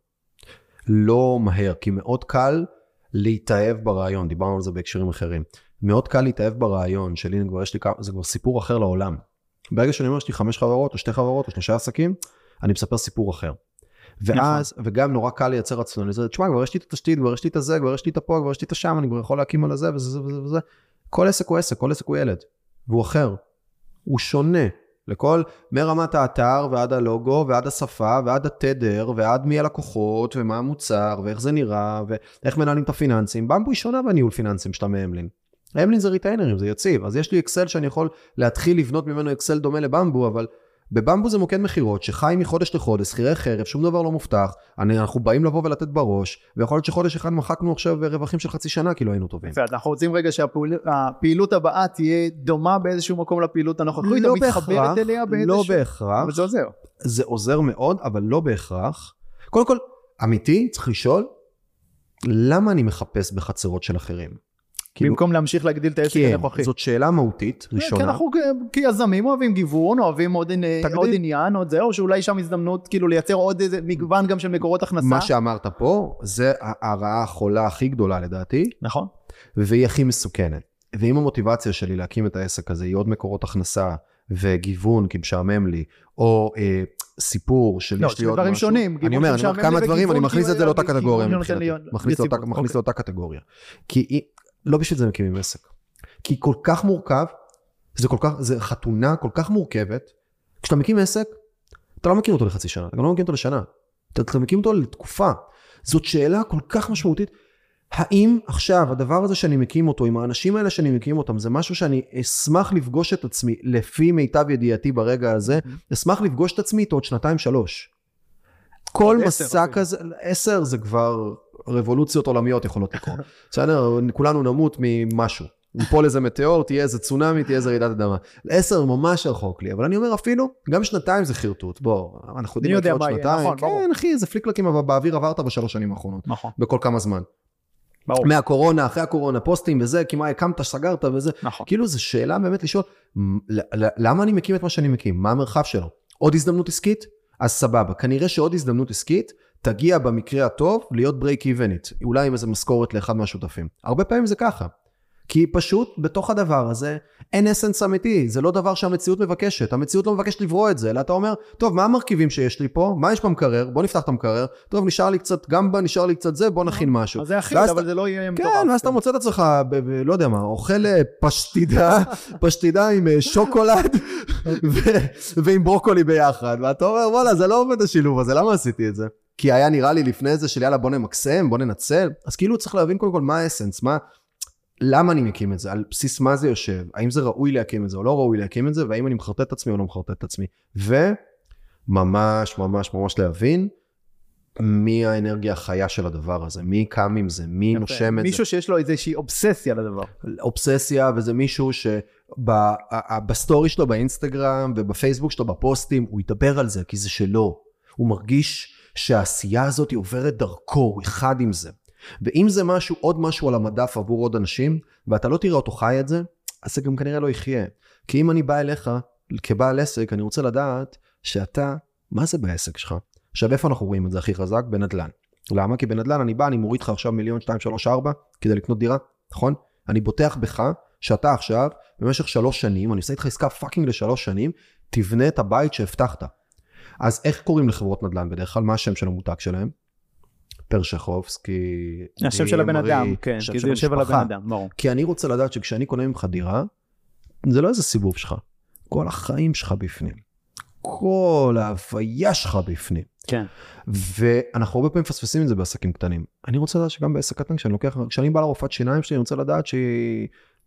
Speaker 2: לא מהר, כי מאוד קל להתאהב ברעיון, דיברנו על זה בהקשרים אחרים. מאוד קל להתאהב ברעיון שלי, זה כבר סיפור אחר לעולם. ברגע שאני אומר שיש לי 5 חברות או 2 חברות או 3 עסקים, אני מספר סיפור אחר. ואז, וגם נורא קל לייצר רציונליזציה, תשמע, כבר יש לי את התשתית, כבר יש לי את הזה, כבר יש לי את הפה, כבר יש לי את השם, אני כבר יכול להקים על הזה וזה וזה וזה. כל עסק הוא עסק, כל עסק הוא ילד. והוא אחר. הוא שונה. לכל, מרמת האתר ועד הלוגו ועד השפה ועד התדר ועד מי הלקוחות ומה המוצר ואיך זה נראה ואיך מנהלים את הפיננסים. במבו היא שונה בניהול פיננסים שאתה מהמלין. המלין זה ריטיינרים, זה יציב. אז יש לי אקסל שאני יכול להתחיל לבנות ממנו אקסל דומה לבמבו, אבל בבמבו זה מוקד מחירות שחי מחודש לחודש, שכירי חרב, שום דבר לא מובטח, אנחנו באים לבוא ולתת בראש, ויכול להיות שחודש אחד מחקנו עכשיו רווחים של חצי שנה, כי לא היינו טובים.
Speaker 3: אנחנו רוצים רגע שהפעילות הבאה תהיה דומה באיזשהו מקום לפעילות הנוכחית, או מתחברת אליה באיזשהו...
Speaker 2: לא בהכרח.
Speaker 3: אבל זה עוזר.
Speaker 2: זה עוזר מאוד, אבל לא בהכרח. קודם כל, אמיתי, צריך לשאול, למה אני מחפש בחצרות של אחרים?
Speaker 3: במקום להמשיך להגדיל את העסק הנוכחי.
Speaker 2: כן, זאת שאלה מהותית, ראשונה.
Speaker 3: כן, אנחנו כיזמים אוהבים גיוון, אוהבים עוד עניין, עוד זה, או שאולי שם הזדמנות כאילו לייצר עוד איזה מגוון גם של מקורות הכנסה.
Speaker 2: מה שאמרת פה, זה הרעה החולה הכי גדולה לדעתי.
Speaker 3: נכון.
Speaker 2: והיא הכי מסוכנת. ואם המוטיבציה שלי להקים את העסק הזה, היא עוד מקורות הכנסה וגיוון, כי משעמם לי, או סיפור של יש לי עוד משהו.
Speaker 3: דברים שונים.
Speaker 2: אני אומר, כמה דברים, אני מכניס את זה לאותה קטגוריה. מכניס לאותה קטגוריה. כי לא בשביל זה מקימים עסק. כי כל כך מורכב, זה חתונה כל כך מורכבת, כשאתה מקים עסק, אתה לא מקים אותו לחצי שנה, אתה גם לא מקים אותו לשנה, אתה מקים אותו לתקופה. זאת שאלה כל כך משמעותית, האם עכשיו הדבר הזה שאני מקים אותו, עם האנשים האלה שאני מקים אותם, זה משהו שאני אשמח לפגוש את עצמי, לפי מיטב ידיעתי ברגע הזה, אשמח לפגוש את עצמי עוד 2-3. כל מסע כזה, 10 זה כבר רבולוציות עולמיות יכולות לקרות. בסדר, כולנו נמות ממשהו. נפול איזה מטאור, תהיה איזה צונמי, תהיה איזה רעידת אדמה. 10 ממש רחוק לי, אבל אני אומר אפילו, גם 2 זה חרטוט. בוא, אנחנו יודעים לקרות 2. כן, אחי, זה פליקלקים, אבל באוויר עברת ב3 שנים האחרונות.
Speaker 3: נכון.
Speaker 2: בכל כמה זמן. מהקורונה, אחרי הקורונה, פוסטים וזה, כי מה הקמת, סגרת וזה.
Speaker 3: נכון.
Speaker 2: כאילו, זו שאלה באמת לשאול, למה אני מקים את מה שאני מקים? מה המרחב שלו? עוד הזדמנות עסקית? אז סבבה. כנראה שעוד הזדמנות עסקית תגיע במקרה הטוב להיות break evenית. אולי עם איזה משכורת לאחד מהשותפים. הרבה פעמים זה ככה. כי פשוט בתוך הדבר הזה אין אסנס אמיתי. זה לא דבר שהמציאות מבקשת. המציאות לא מבקשת לברוא את זה. אלא אתה אומר, טוב, מה המרכיבים שיש לי פה? מה יש במקרר? בוא נפתח את המקרר. טוב, נשאר לי קצת גמבה, נשאר לי קצת זה, בוא נכין משהו.
Speaker 3: אז זה אחיד, אבל זה לא יהיה מטורף.
Speaker 2: כן, ואז אתה מוצא את עצמך, לא יודע מה, אוכל פשטידה עם שוקולד ועם ברוקולי ביחד. ואתה אומר, וואלה, זה לא עובד השילוב הזה, למה עשיתי את זה? כי היה נראה לי לפני זה של יאללה, בוא נמקסם, בוא ננצל. אז כאילו צריך להבין קודם כל מה האסנס, למה אני מקים את זה, על בסיס מה זה יושב, האם זה ראוי להקים את זה או לא ראוי להקים את זה, והאם אני מחרטט את עצמי או לא מחרטט את עצמי. וממש ממש ממש להבין מי האנרגיה החיה של הדבר הזה, מי קם עם זה, מי נושם את זה.
Speaker 3: מישהו שיש לו איזושהי אובססיה לדבר.
Speaker 2: אובססיה, וזה מישהו שבסטורי שלו, באינסטגרם ובפייסבוק שלו, בפוסטים, הוא ידבר על זה, כי זה שלו. הוא מרגיש שהעשייה הזאת היא עוברת דרכו, הוא אחד עם זה. ואם זה משהו, עוד משהו על המדף עבור עוד אנשים, ואתה לא תראה אותו חי את זה, אז זה גם כנראה לא יחיה. כי אם אני בא אליך, כבעל עסק, אני רוצה לדעת שאתה, מה זה בעסק שלך? עכשיו, איפה אנחנו רואים את זה הכי חזק? בנדלן. למה? כי בנדלן אני בא, אני מוריד לך עכשיו 1,000,000, 2, 3, 4, כדי לקנות דירה, נכון? אני בוטח בך, שאתה עכשיו, במשך 3 שנים, אני עושה איתך עסקה פאקינג ל3 שנים, תבנה את הבית שהבטחת. אז איך קוראים לחברות נדל"ן בדרך כלל? מה השם של המותג שלהם? פרשחובסקי,
Speaker 3: השם של הבן אדם, כן, כי זה יושב על הבן אדם, ברור.
Speaker 2: כי אני רוצה לדעת שכשאני קונה ממך דירה, זה לא איזה סיבוב שלך, כל החיים שלך בפנים, כל ההוויה שלך בפנים.
Speaker 3: כן.
Speaker 2: ואנחנו הרבה פעמים מפספסים את זה בעסקים קטנים. אני רוצה לדעת שגם בעסק קטן, כשאני בא לרופאת שיניים שלי, אני רוצה לדעת שהיא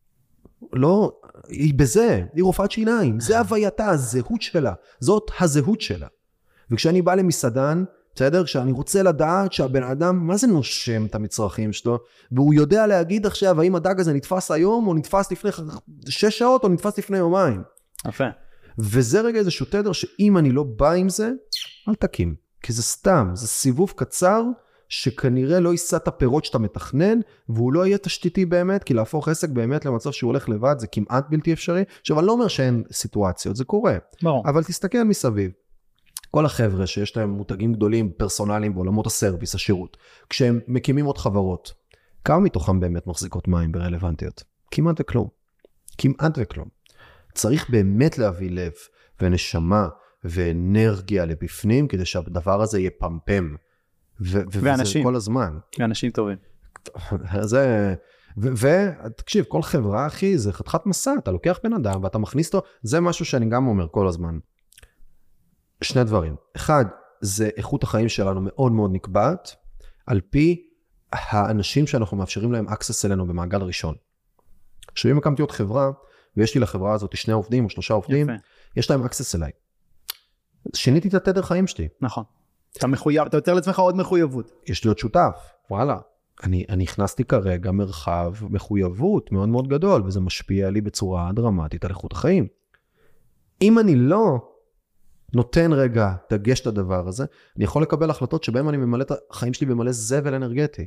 Speaker 2: לא, היא בזה, היא רופאת שיניים, זה הווייתה, הזהות שלה, זאת הזהות שלה. וכשאני בא למסעדן, בסדר? כשאני רוצה לדעת שהבן אדם, מה זה נושם את המצרכים שלו? והוא יודע להגיד עכשיו, האם הדג הזה נתפס היום, או נתפס לפני 6 שעות, או נתפס לפני יומיים.
Speaker 3: יפה.
Speaker 2: וזה רגע איזשהו תדר, שאם אני לא בא עם זה, אל תקים. כי זה סתם, זה סיבוב קצר, שכנראה לא יישא את הפירות שאתה מתכנן, והוא לא יהיה תשתיתי באמת, כי להפוך עסק באמת למצב שהוא הולך לבד, זה כמעט בלתי אפשרי. עכשיו, אני לא אומר שאין סיטואציות, זה קורה.
Speaker 3: ברור.
Speaker 2: אבל תסתכל מסביב. כל החבר'ה שיש להם מותגים גדולים, פרסונליים, בעולמות הסרוויס, השירות, כשהם מקימים עוד חברות, כמה מתוכם באמת מחזיקות מים ברלוונטיות? כמעט וכלום. כמעט וכלום. צריך באמת להביא לב ונשמה ואנרגיה לבפנים, כדי שהדבר הזה יהיה פמפם. וזה כל הזמן.
Speaker 3: ואנשים טובים.
Speaker 2: ותקשיב, כל חברה, אחי, זה חתיכת מסע, אתה לוקח בן אדם ואתה מכניס אותו, זה משהו שאני גם אומר כל הזמן. שני דברים. אחד, זה איכות החיים שלנו מאוד מאוד נקבעת, על פי האנשים שאנחנו מאפשרים להם access אלינו במעגל ראשון. שאם הקמתי עוד חברה, ויש לי לחברה הזאת 2 עובדים או 3 עובדים, יש להם access אליי. שיניתי את התדר חיים שלי.
Speaker 3: נכון. אתה מחויב, אתה יוצר לעצמך עוד מחויבות.
Speaker 2: יש לי עוד שותף, וואלה. אני הכנסתי כרגע מרחב מחויבות מאוד מאוד גדול, וזה משפיע לי בצורה דרמטית על איכות החיים. אם אני לא נותן רגע דגש את הדבר הזה, אני יכול לקבל החלטות שבהם אני ממלא את החיים שלי במלא זבל אנרגטי.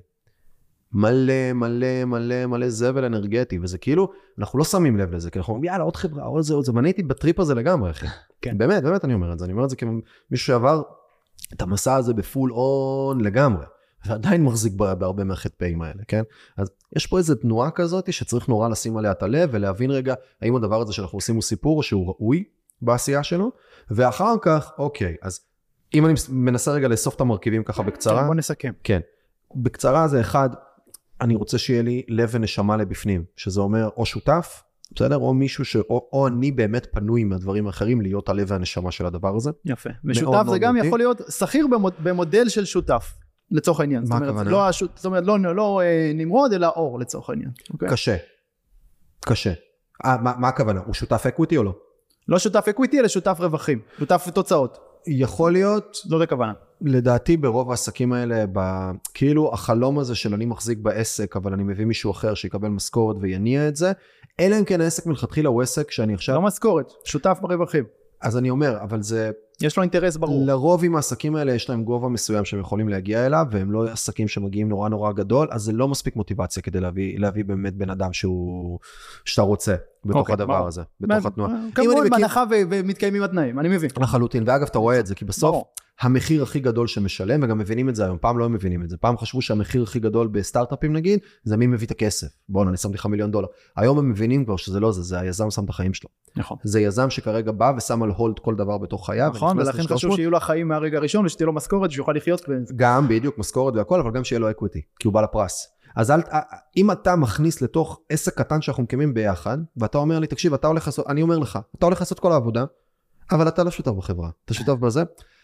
Speaker 2: מלא, מלא, מלא, מלא זבל אנרגטי, וזה כאילו, אנחנו לא שמים לב לזה, כי אנחנו אומרים, יאללה, עוד חברה, עוד זה, ואני הייתי בטריפ הזה לגמרי, אחי.
Speaker 3: כן.
Speaker 2: באמת, באמת אני אומר את זה, אני אומר את זה כמישהו שעבר את המסע הזה בפול און לגמרי, ועדיין מחזיק בהרבה מהחטאים האלה, כן? אז יש פה איזו תנועה כזאת, שצריך נורא לשים עליה את הלב, ולהבין רגע, האם הדבר הזה שאנחנו עושים הוא סיפור, או שהוא ראוי בעשייה שלו, ואחר כך, אוקיי, אז אם אני מנסה רגע לאסוף את המרכיבים ככה בקצרה,
Speaker 3: בוא נסכם.
Speaker 2: כן. בקצרה זה אחד, אני רוצה שיהיה לי לב ונשמה לבפנים, שזה אומר או שותף, בסדר? או מישהו או אני באמת פנוי מהדברים האחרים להיות הלב והנשמה של הדבר הזה.
Speaker 3: יפה. ושותף זה גם יכול להיות שכיר במודל של שותף, לצורך העניין.
Speaker 2: מה הכוונה?
Speaker 3: זאת אומרת, לא נמרוד, אלא אור לצורך העניין.
Speaker 2: קשה. קשה. מה הכוונה? הוא שותף אקוויטי או לא?
Speaker 3: לא שותף אקוויטי, אלא שותף רווחים. שותף תוצאות.
Speaker 2: יכול להיות,
Speaker 3: זאת הכוונה.
Speaker 2: לדעתי ברוב העסקים האלה, כאילו החלום הזה של אני מחזיק בעסק, אבל אני מביא מישהו אחר שיקבל משכורת ויניע את זה, אלא אם כן העסק מלכתחילה הוא עסק שאני עכשיו...
Speaker 3: לא משכורת, שותף ברווחים.
Speaker 2: אז אני אומר, אבל זה...
Speaker 3: יש לו אינטרס ברור.
Speaker 2: לרוב עם העסקים האלה יש להם גובה מסוים שהם יכולים להגיע אליו, והם לא עסקים שמגיעים נורא נורא גדול, אז זה לא מספיק מוטיבציה כדי להביא באמת בן אדם שאתה רוצה בתוך הדבר הזה, בתוך התנועה.
Speaker 3: כמובן בהנחה ומתקיימים התנאים, אני מבין.
Speaker 2: לחלוטין, ואגב אתה רואה את זה, כי בסוף המחיר הכי גדול שמשלם, וגם מבינים את זה היום, פעם לא מבינים את זה, פעם חשבו שהמחיר הכי גדול בסטארט-אפים נגיד, זה מי מביא את הכסף, בואו אני שמתי $1 מיליון, היום הם מבינים כבר שזה לא זה, זה היזם שם את החיים שלו.
Speaker 3: נכון.
Speaker 2: זה יזם שכרגע בא ושם על הולד כל דבר בתוך חייו.
Speaker 3: נכון, ולכן חשוב שיהיו לו חיים מהרגע הראשון, ושתהיה לו משכורת, שיוכל לחיות.
Speaker 2: גם בדיוק, משכורת והכל, אבל גם שיהיה לו אקוויטי, כי הוא בא לפרס. אז אם אתה מכניס לתוך עסק קטן שאנחנו מקימים ביחד, ואתה אומר לי, תקשיב, אני אומר לך, אתה הולך לעשות כל העבודה, אבל אתה לא שותף בחברה, אתה שותף בזה.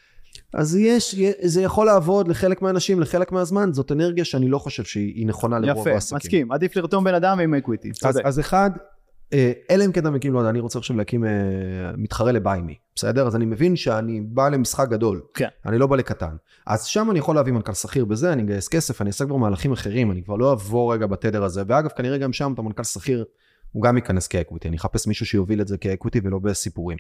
Speaker 2: אז זה יכול לעבוד לחלק מהאנשים, לחלק מהזמן, זאת אנרגיה שאני לא חושב שהיא נכונה לרוב העסקים.
Speaker 3: יפה, מסכים, עדיף לרתום בן אדם עם אקוויטי.
Speaker 2: אז אחד, אלה אם כן אתה מקים, לא יודע, אני רוצה עכשיו להקים מתחרה לביימי, בסדר? אז אני מבין שאני בא למשחק גדול, אני לא בא לקטן. אז שם אני יכול להביא מנכ"ל שכיר בזה, אני אגייס כסף, אני אעשה כבר מהלכים אחרים, אני כבר לא אעבור רגע בתדר הזה, ואגב, כנראה גם שם, את המנכ"ל שכיר, הוא גם ייכנס כאקוויטי, אני אחפש מישהו שיוביל את זה כאקוויטי ולא בסיפורים.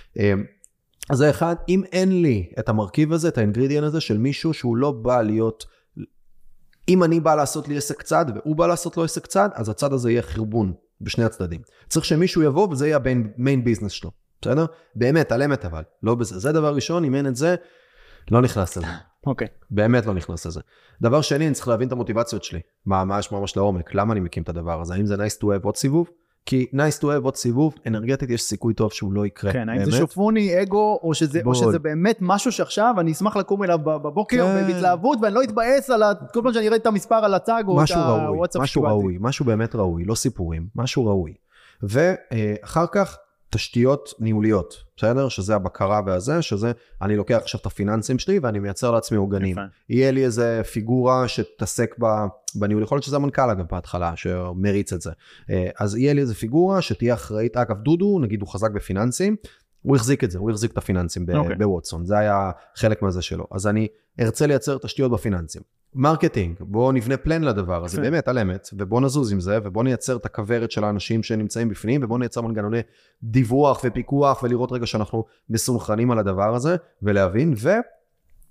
Speaker 2: אז זה אחד, אם אין לי את המרכיב הזה, את האינגרידיאן הזה של מישהו שהוא לא בא להיות, אם אני בא לעשות לי עסק צד, והוא בא לעשות לו עסק צד, אז הצד הזה יהיה חרבון בשני הצדדים. צריך שמישהו יבוא וזה יהיה המיין ביזנס שלו. בסדר? באמת, על אמת אבל. לא בזה. זה דבר ראשון, אם אין את זה, לא נכנס לזה.
Speaker 3: אוקיי.
Speaker 2: באמת לא נכנס לזה. דבר שני, אני צריך להבין את המוטיבציות שלי. ממש לעומק. למה אני מקים את הדבר הזה? האם זה nice to have עוד סיבוב? כי nice to have עוד סיבוב, אנרגטית יש סיכוי טוב שהוא לא יקרה.
Speaker 3: כן, האם זה שופוני, אגו, או שזה באמת משהו שעכשיו אני אשמח לקום אליו בבוקר, בהתלהבות, ואני לא אתבאס על כל פעם שאני אראה את המספר על הצג, או את הוואטסאפ.
Speaker 2: משהו ראוי, משהו באמת ראוי, לא סיפורים, משהו ראוי. ואחר כך, תשתיות ניהוליות, בסדר? שזה הבקרה והזה, שזה אני לוקח עכשיו את הפיננסים שלי, ואני מייצר לעצמי עוגנים. יהיה לי איזה פיגורה שתעסק בניהול, יכול להיות שזה המנכ"ל אגב בהתחלה, שמריץ את זה. אז יהיה לי איזה פיגורה שתהיה אחראית, אגב דודו, נגיד הוא חזק בפיננסים, הוא החזיק את זה, הוא החזיק את הפיננסים בווטסון, זה היה חלק מהזה שלו. אז אני ארצה לייצר תשתיות בפיננסים. מרקטינג, בואו נבנה פלן לדבר הזה, באמת על אמת, ובואו נזוז עם זה, ובואו נייצר את הכוורת של האנשים שנמצאים בפנים, ובואו נייצר מנגנוני דיווח ופיקוח, ולראות רגע שאנחנו מסונכרנים על הדבר הזה, ולהבין,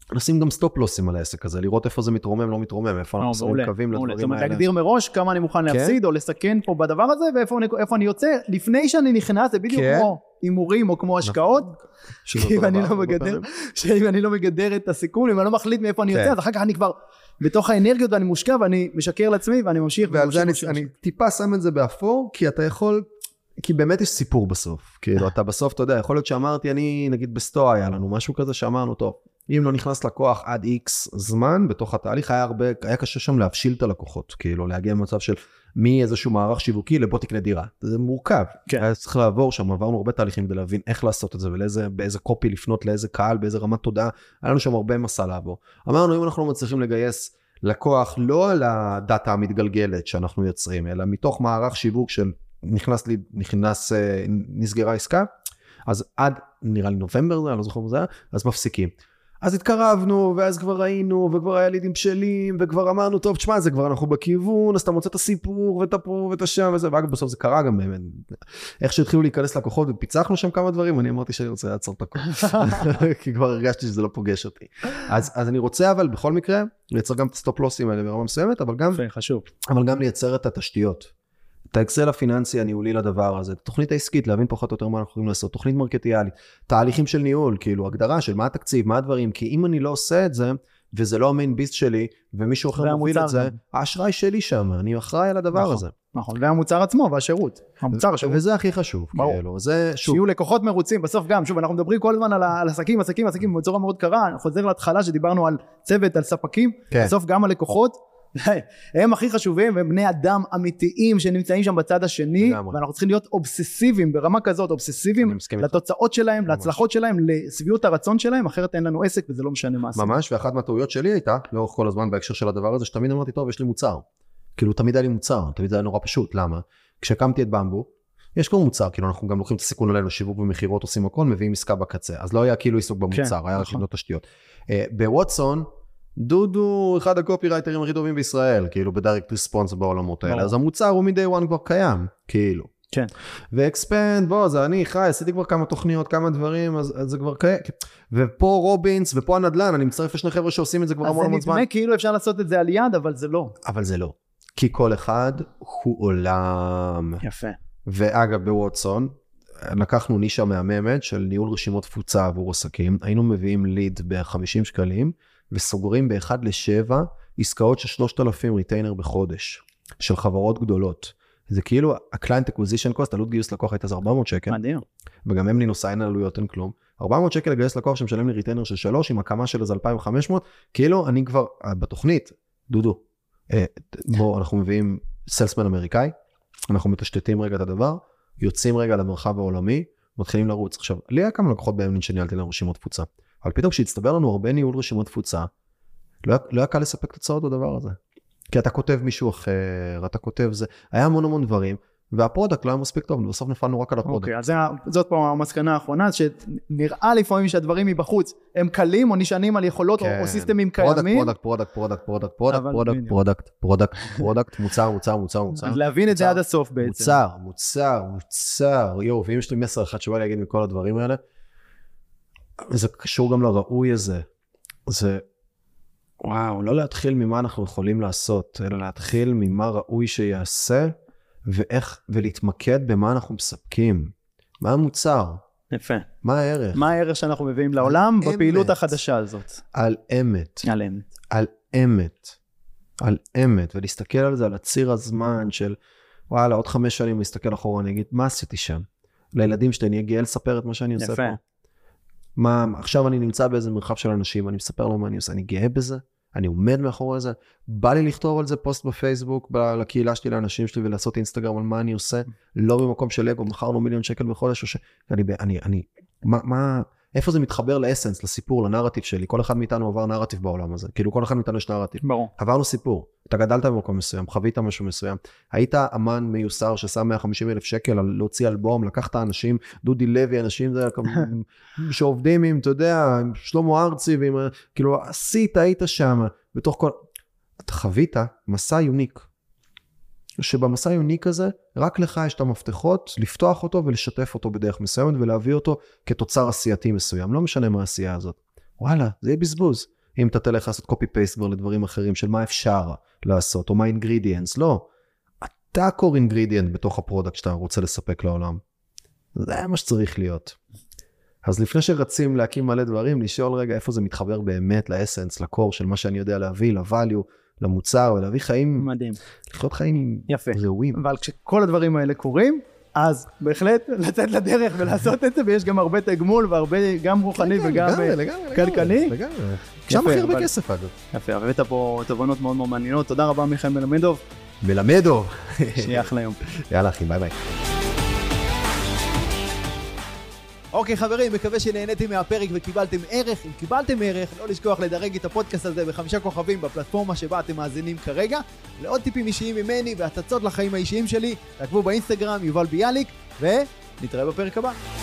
Speaker 2: נשים גם סטופ לוסים על העסק הזה, לראות איפה זה מתרומם, לא מתרומם, איפה אנחנו שמים קווים לדברים האלה.
Speaker 3: זאת אומרת, להגדיר מראש כמה אני מוכן להפסיד, או לסכן פה בדבר הזה, ואיפה אני יוצא, לפני שאני נכנס, זה בדיוק כמו הימורים, או כמו השקעות, שאם אני לא מגדר את הסיכון, אם אני לא מחליט מאיפה אני יוצא, אז אחר כך אני כבר בתוך האנרגיות, ואני מושקע, ואני משקר לעצמי, ואני ממשיך.
Speaker 2: ועל זה אני טיפה שם את זה באפור, כי אתה יכול, כי באמת יש סיפור בסוף, כאילו אתה בסוף, אתה יודע, יכול להיות שאמרתי, אני נגיד בסטוע היה לנו משהו כזה שאמרנו, טוב, אם לא נכנס לקוח עד X זמן, בתוך התהליך היה קשה שם להבשיל את הלקוחות, כאילו להגיע למצב של מאיזשהו מערך שיווקי לבוא תקנה דירה, זה מורכב, היה צריך לעבור שם, עברנו הרבה תהליכים כדי להבין איך לעשות את זה, ובאיזה קופי לפנות, לאיזה קהל, באיזה רמת תודעה, היה לנו שם הרבה מסע לעבור. אמרנו, אם אנחנו לא מצליחים לגייס לקוח, לא על הדאטה המתגלגלת שאנחנו יוצרים, אלא מתוך מערך שיווק של נסגרה עסקה, אז עד נראה לי נובמבר, אני לא זוכר מה זה היה, אז מפסיקים. אז התקרבנו, ואז כבר ראינו, וכבר היה לידים בשלים, וכבר אמרנו, טוב, תשמע, זה כבר אנחנו בכיוון, אז אתה מוצא את הסיפור, ואתה פה, ואתה שם, וזה, ואגב, בסוף זה קרה גם באמת. איך שהתחילו להיכנס לקוחות, ופיצחנו שם כמה דברים, אני אמרתי שאני רוצה לעצור את הכל. כי כבר הרגשתי שזה לא פוגש אותי. אז אני רוצה, אבל בכל מקרה, לייצר גם את הסטופ לוסים האלה ברמה מסוימת, אבל גם לייצר את התשתיות. את האקסל הפיננסי הניהולי לדבר הזה, את התוכנית העסקית, להבין פחות או יותר מה אנחנו יכולים לעשות, תוכנית מרקטיאלית, תהליכים של ניהול, כאילו הגדרה של מה התקציב, מה הדברים, כי אם אני לא עושה את זה, וזה לא המיין ביסט שלי, ומישהו אחר מוביל את זה, האשראי שלי שם, אני אחראי על הדבר הזה.
Speaker 3: נכון, והמוצר עצמו והשירות, המוצר, השירות.
Speaker 2: וזה הכי חשוב, כאילו, זה שוב.
Speaker 3: שיהיו לקוחות מרוצים, בסוף גם, שוב, אנחנו מדברים כל הזמן על עסקים, בצורה מאוד קרה, אני חוזר להתחלה שדיברנו על צוות, על ספקים, בסוף גם הלקוחות, הם הכי חשובים, והם בני אדם אמיתיים שנמצאים שם בצד השני, ואנחנו צריכים להיות אובססיביים ברמה כזאת, אובססיביים לתוצאות שלהם, להצלחות שלהם, לסביעות הרצון שלהם, אחרת אין לנו עסק וזה לא משנה מה עשינו.
Speaker 2: ממש, ואחת מהטעויות שלי הייתה, לאורך כל הזמן בהקשר של הדבר הזה, שתמיד אמרתי, טוב, יש לי מוצר. כאילו, תמיד היה לי מוצר, תמיד זה היה נורא פשוט. למה? כשהקמתי את במבו, יש כבר מוצר, כאילו אנחנו גם לוקחים את הסיכון עלינו, שיווק ומחירות, עושים הכל, מביאים עסקה בקצה. אז לא היה כאילו עיסוק במוצר, היה רק לבנות תשתיות. בווטסון, דודו אחד הקופירייטרים הכי טובים בישראל, כאילו בדיירקט ריספונס בעולמות האלה, אז המוצר הוא מ-day one כבר קיים, כאילו.
Speaker 3: כן.
Speaker 2: ואקספנד, בוא, זה אני חי, עשיתי כבר כמה תוכניות, כמה דברים, אז זה כבר קיים. ופה רובינס, ופה הנדלן, אני מצטרף לשני חבר'ה שעושים את זה כבר המון זמן.
Speaker 3: אז זה נדמה כאילו אפשר לעשות את זה על יד, אבל זה לא.
Speaker 2: אבל זה לא. כי כל אחד הוא עולם.
Speaker 3: יפה. ואגב,
Speaker 2: בווטסון, לקחנו נישה מהממת של ניהול רשימות תפוצה עבור עסקים, היינו מביאים ליד ב-50 שקלים, וסוגרים ב-1 ל-7 עסקאות של 3,000 ריטיינר בחודש, של חברות גדולות. זה כאילו, ה-client acquisition cost, עלות גיוס לקוח הייתה 400 שקל.
Speaker 3: מדהים.
Speaker 2: וגם הם לי נוסע, אין עלויות, אין כלום. 400 שקל לגייס לקוח שמשלם לי ריטיינר של 3, עם הקמה של איזה 2,500, כאילו אני כבר, בתוכנית, דודו, בוא, אנחנו מביאים סלסמן אמריקאי, אנחנו מתשתתים רגע את הדבר, יוצאים רגע למרחב העולמי, מתחילים לרוץ. עכשיו, לי היה כמה לקוחות בימים שניהלתי להם רשימות תפוצה. אבל פתאום כשהצטבר לנו הרבה ניהול רשימות תפוצה, לא היה קל לספק תוצאות בדבר הזה. כי אתה כותב מישהו אחר, אתה כותב זה, היה המון דברים, והפרודקט לא היה מספיק טוב, ובסוף נפלנו רק על הפרודקט.
Speaker 3: אוקיי, אז זאת פה המסקנה האחרונה, שנראה לפעמים שהדברים מבחוץ, הם קלים או נשענים על יכולות או סיסטמים קיימים.
Speaker 2: פרודקט, מוצר.
Speaker 3: אז להבין את זה עד הסוף בעצם.
Speaker 2: מוצר. יו, ואם יש לי מסר אחד שבא להגיד מכל הדברים האלה, זה קשור גם לראוי הזה. זה, וואו, לא להתחיל ממה אנחנו יכולים לעשות, אלא להתחיל ממה ראוי שיעשה, ולהתמקד במה אנחנו מספקים. מה המוצר?
Speaker 3: יפה.
Speaker 2: מה הערך?
Speaker 3: מה הערך שאנחנו מביאים לעולם בפעילות החדשה הזאת?
Speaker 2: על אמת. ולהסתכל על זה, על הציר הזמן של, וואלה, עוד 5 שנים להסתכל אחורה, אני אגיד, מה עשיתי שם? לילדים שלי, אני אגיע לספר את מה שאני עושה פה. עכשיו אני נמצא באיזה מרחב של אנשים, אני מספר לו מה אני עושה, אני גאה בזה, אני עומד מאחורי זה, בא לי לכתוב על זה פוסט בפייסבוק, לקהילה שלי, לאנשים שלי, ולעשות אינסטגרם על מה אני עושה, לא במקום של אגו, מכרנו 1,000,000 שקל בחודש, או איפה זה מתחבר לאסנס, לסיפור, לנרטיב שלי, כל אחד מאיתנו עבר נרטיב בעולם הזה, כאילו כל אחד מאיתנו יש נרטיב, עברנו סיפור, אתה גדלת במקום מסוים, חווית משהו מסוים, היית אמן מיוסר ששם 150,000 שקל על להוציא אלבום, לקחת אנשים, דודי לוי, אנשים שעובדים עם, אתה יודע, עם שלמה ארצי, כאילו עשית, היית שם, בתוך כל, אתה חווית מסע יוניק, שבמסע היוניק הזה, רק לך יש את המפתחות, לפתוח אותו ולשתף אותו בדרך מסוימת, ולהביא אותו כתוצר עשייתי מסוים, לא משנה מה העשייה הזאת. וואלה, זה יהיה בזבוז. אם אתה תלך לעשות קופי פייסט כבר לדברים אחרים של מה אפשר לעשות, או מה אינגרידיאנס, לא. אתה קור אינגרידיאנט בתוך הפרודקט שאתה רוצה לספק לעולם. זה מה שצריך להיות. אז לפני שרצים להקים מלא דברים, לשאול רגע איפה זה מתחבר באמת לאסנס, לקור של מה שאני יודע להביא, לvalue, למוצר, ולהביא חיים,
Speaker 3: מדהים.
Speaker 2: לחיות חיים ראויים.
Speaker 3: אבל כשכל הדברים האלה קורים, אז בהחלט לצאת לדרך ולעשות את זה, ויש גם הרבה תגמול והרבה גם רוחני וגם כלכלי.
Speaker 2: שם הכי הרבה כסף אגב.
Speaker 3: יפה, הבאת פה תובנות מאוד מאוד מעניינות. תודה רבה מיכאל מלמדוב.
Speaker 2: מלמדוב.
Speaker 3: שיהיה אחלה יום.
Speaker 2: יאללה אחי, ביי ביי.
Speaker 1: אוקיי חברים, מקווה שנהניתם מהפרק וקיבלתם ערך. אם קיבלתם ערך, לא לשכוח לדרג את הפודקאסט הזה ב5 כוכבים בפלטפורמה שבה אתם מאזינים כרגע. לעוד טיפים אישיים ממני והצצות לחיים האישיים שלי, תעקבו באינסטגרם יובל ביאליק, ונתראה בפרק הבא.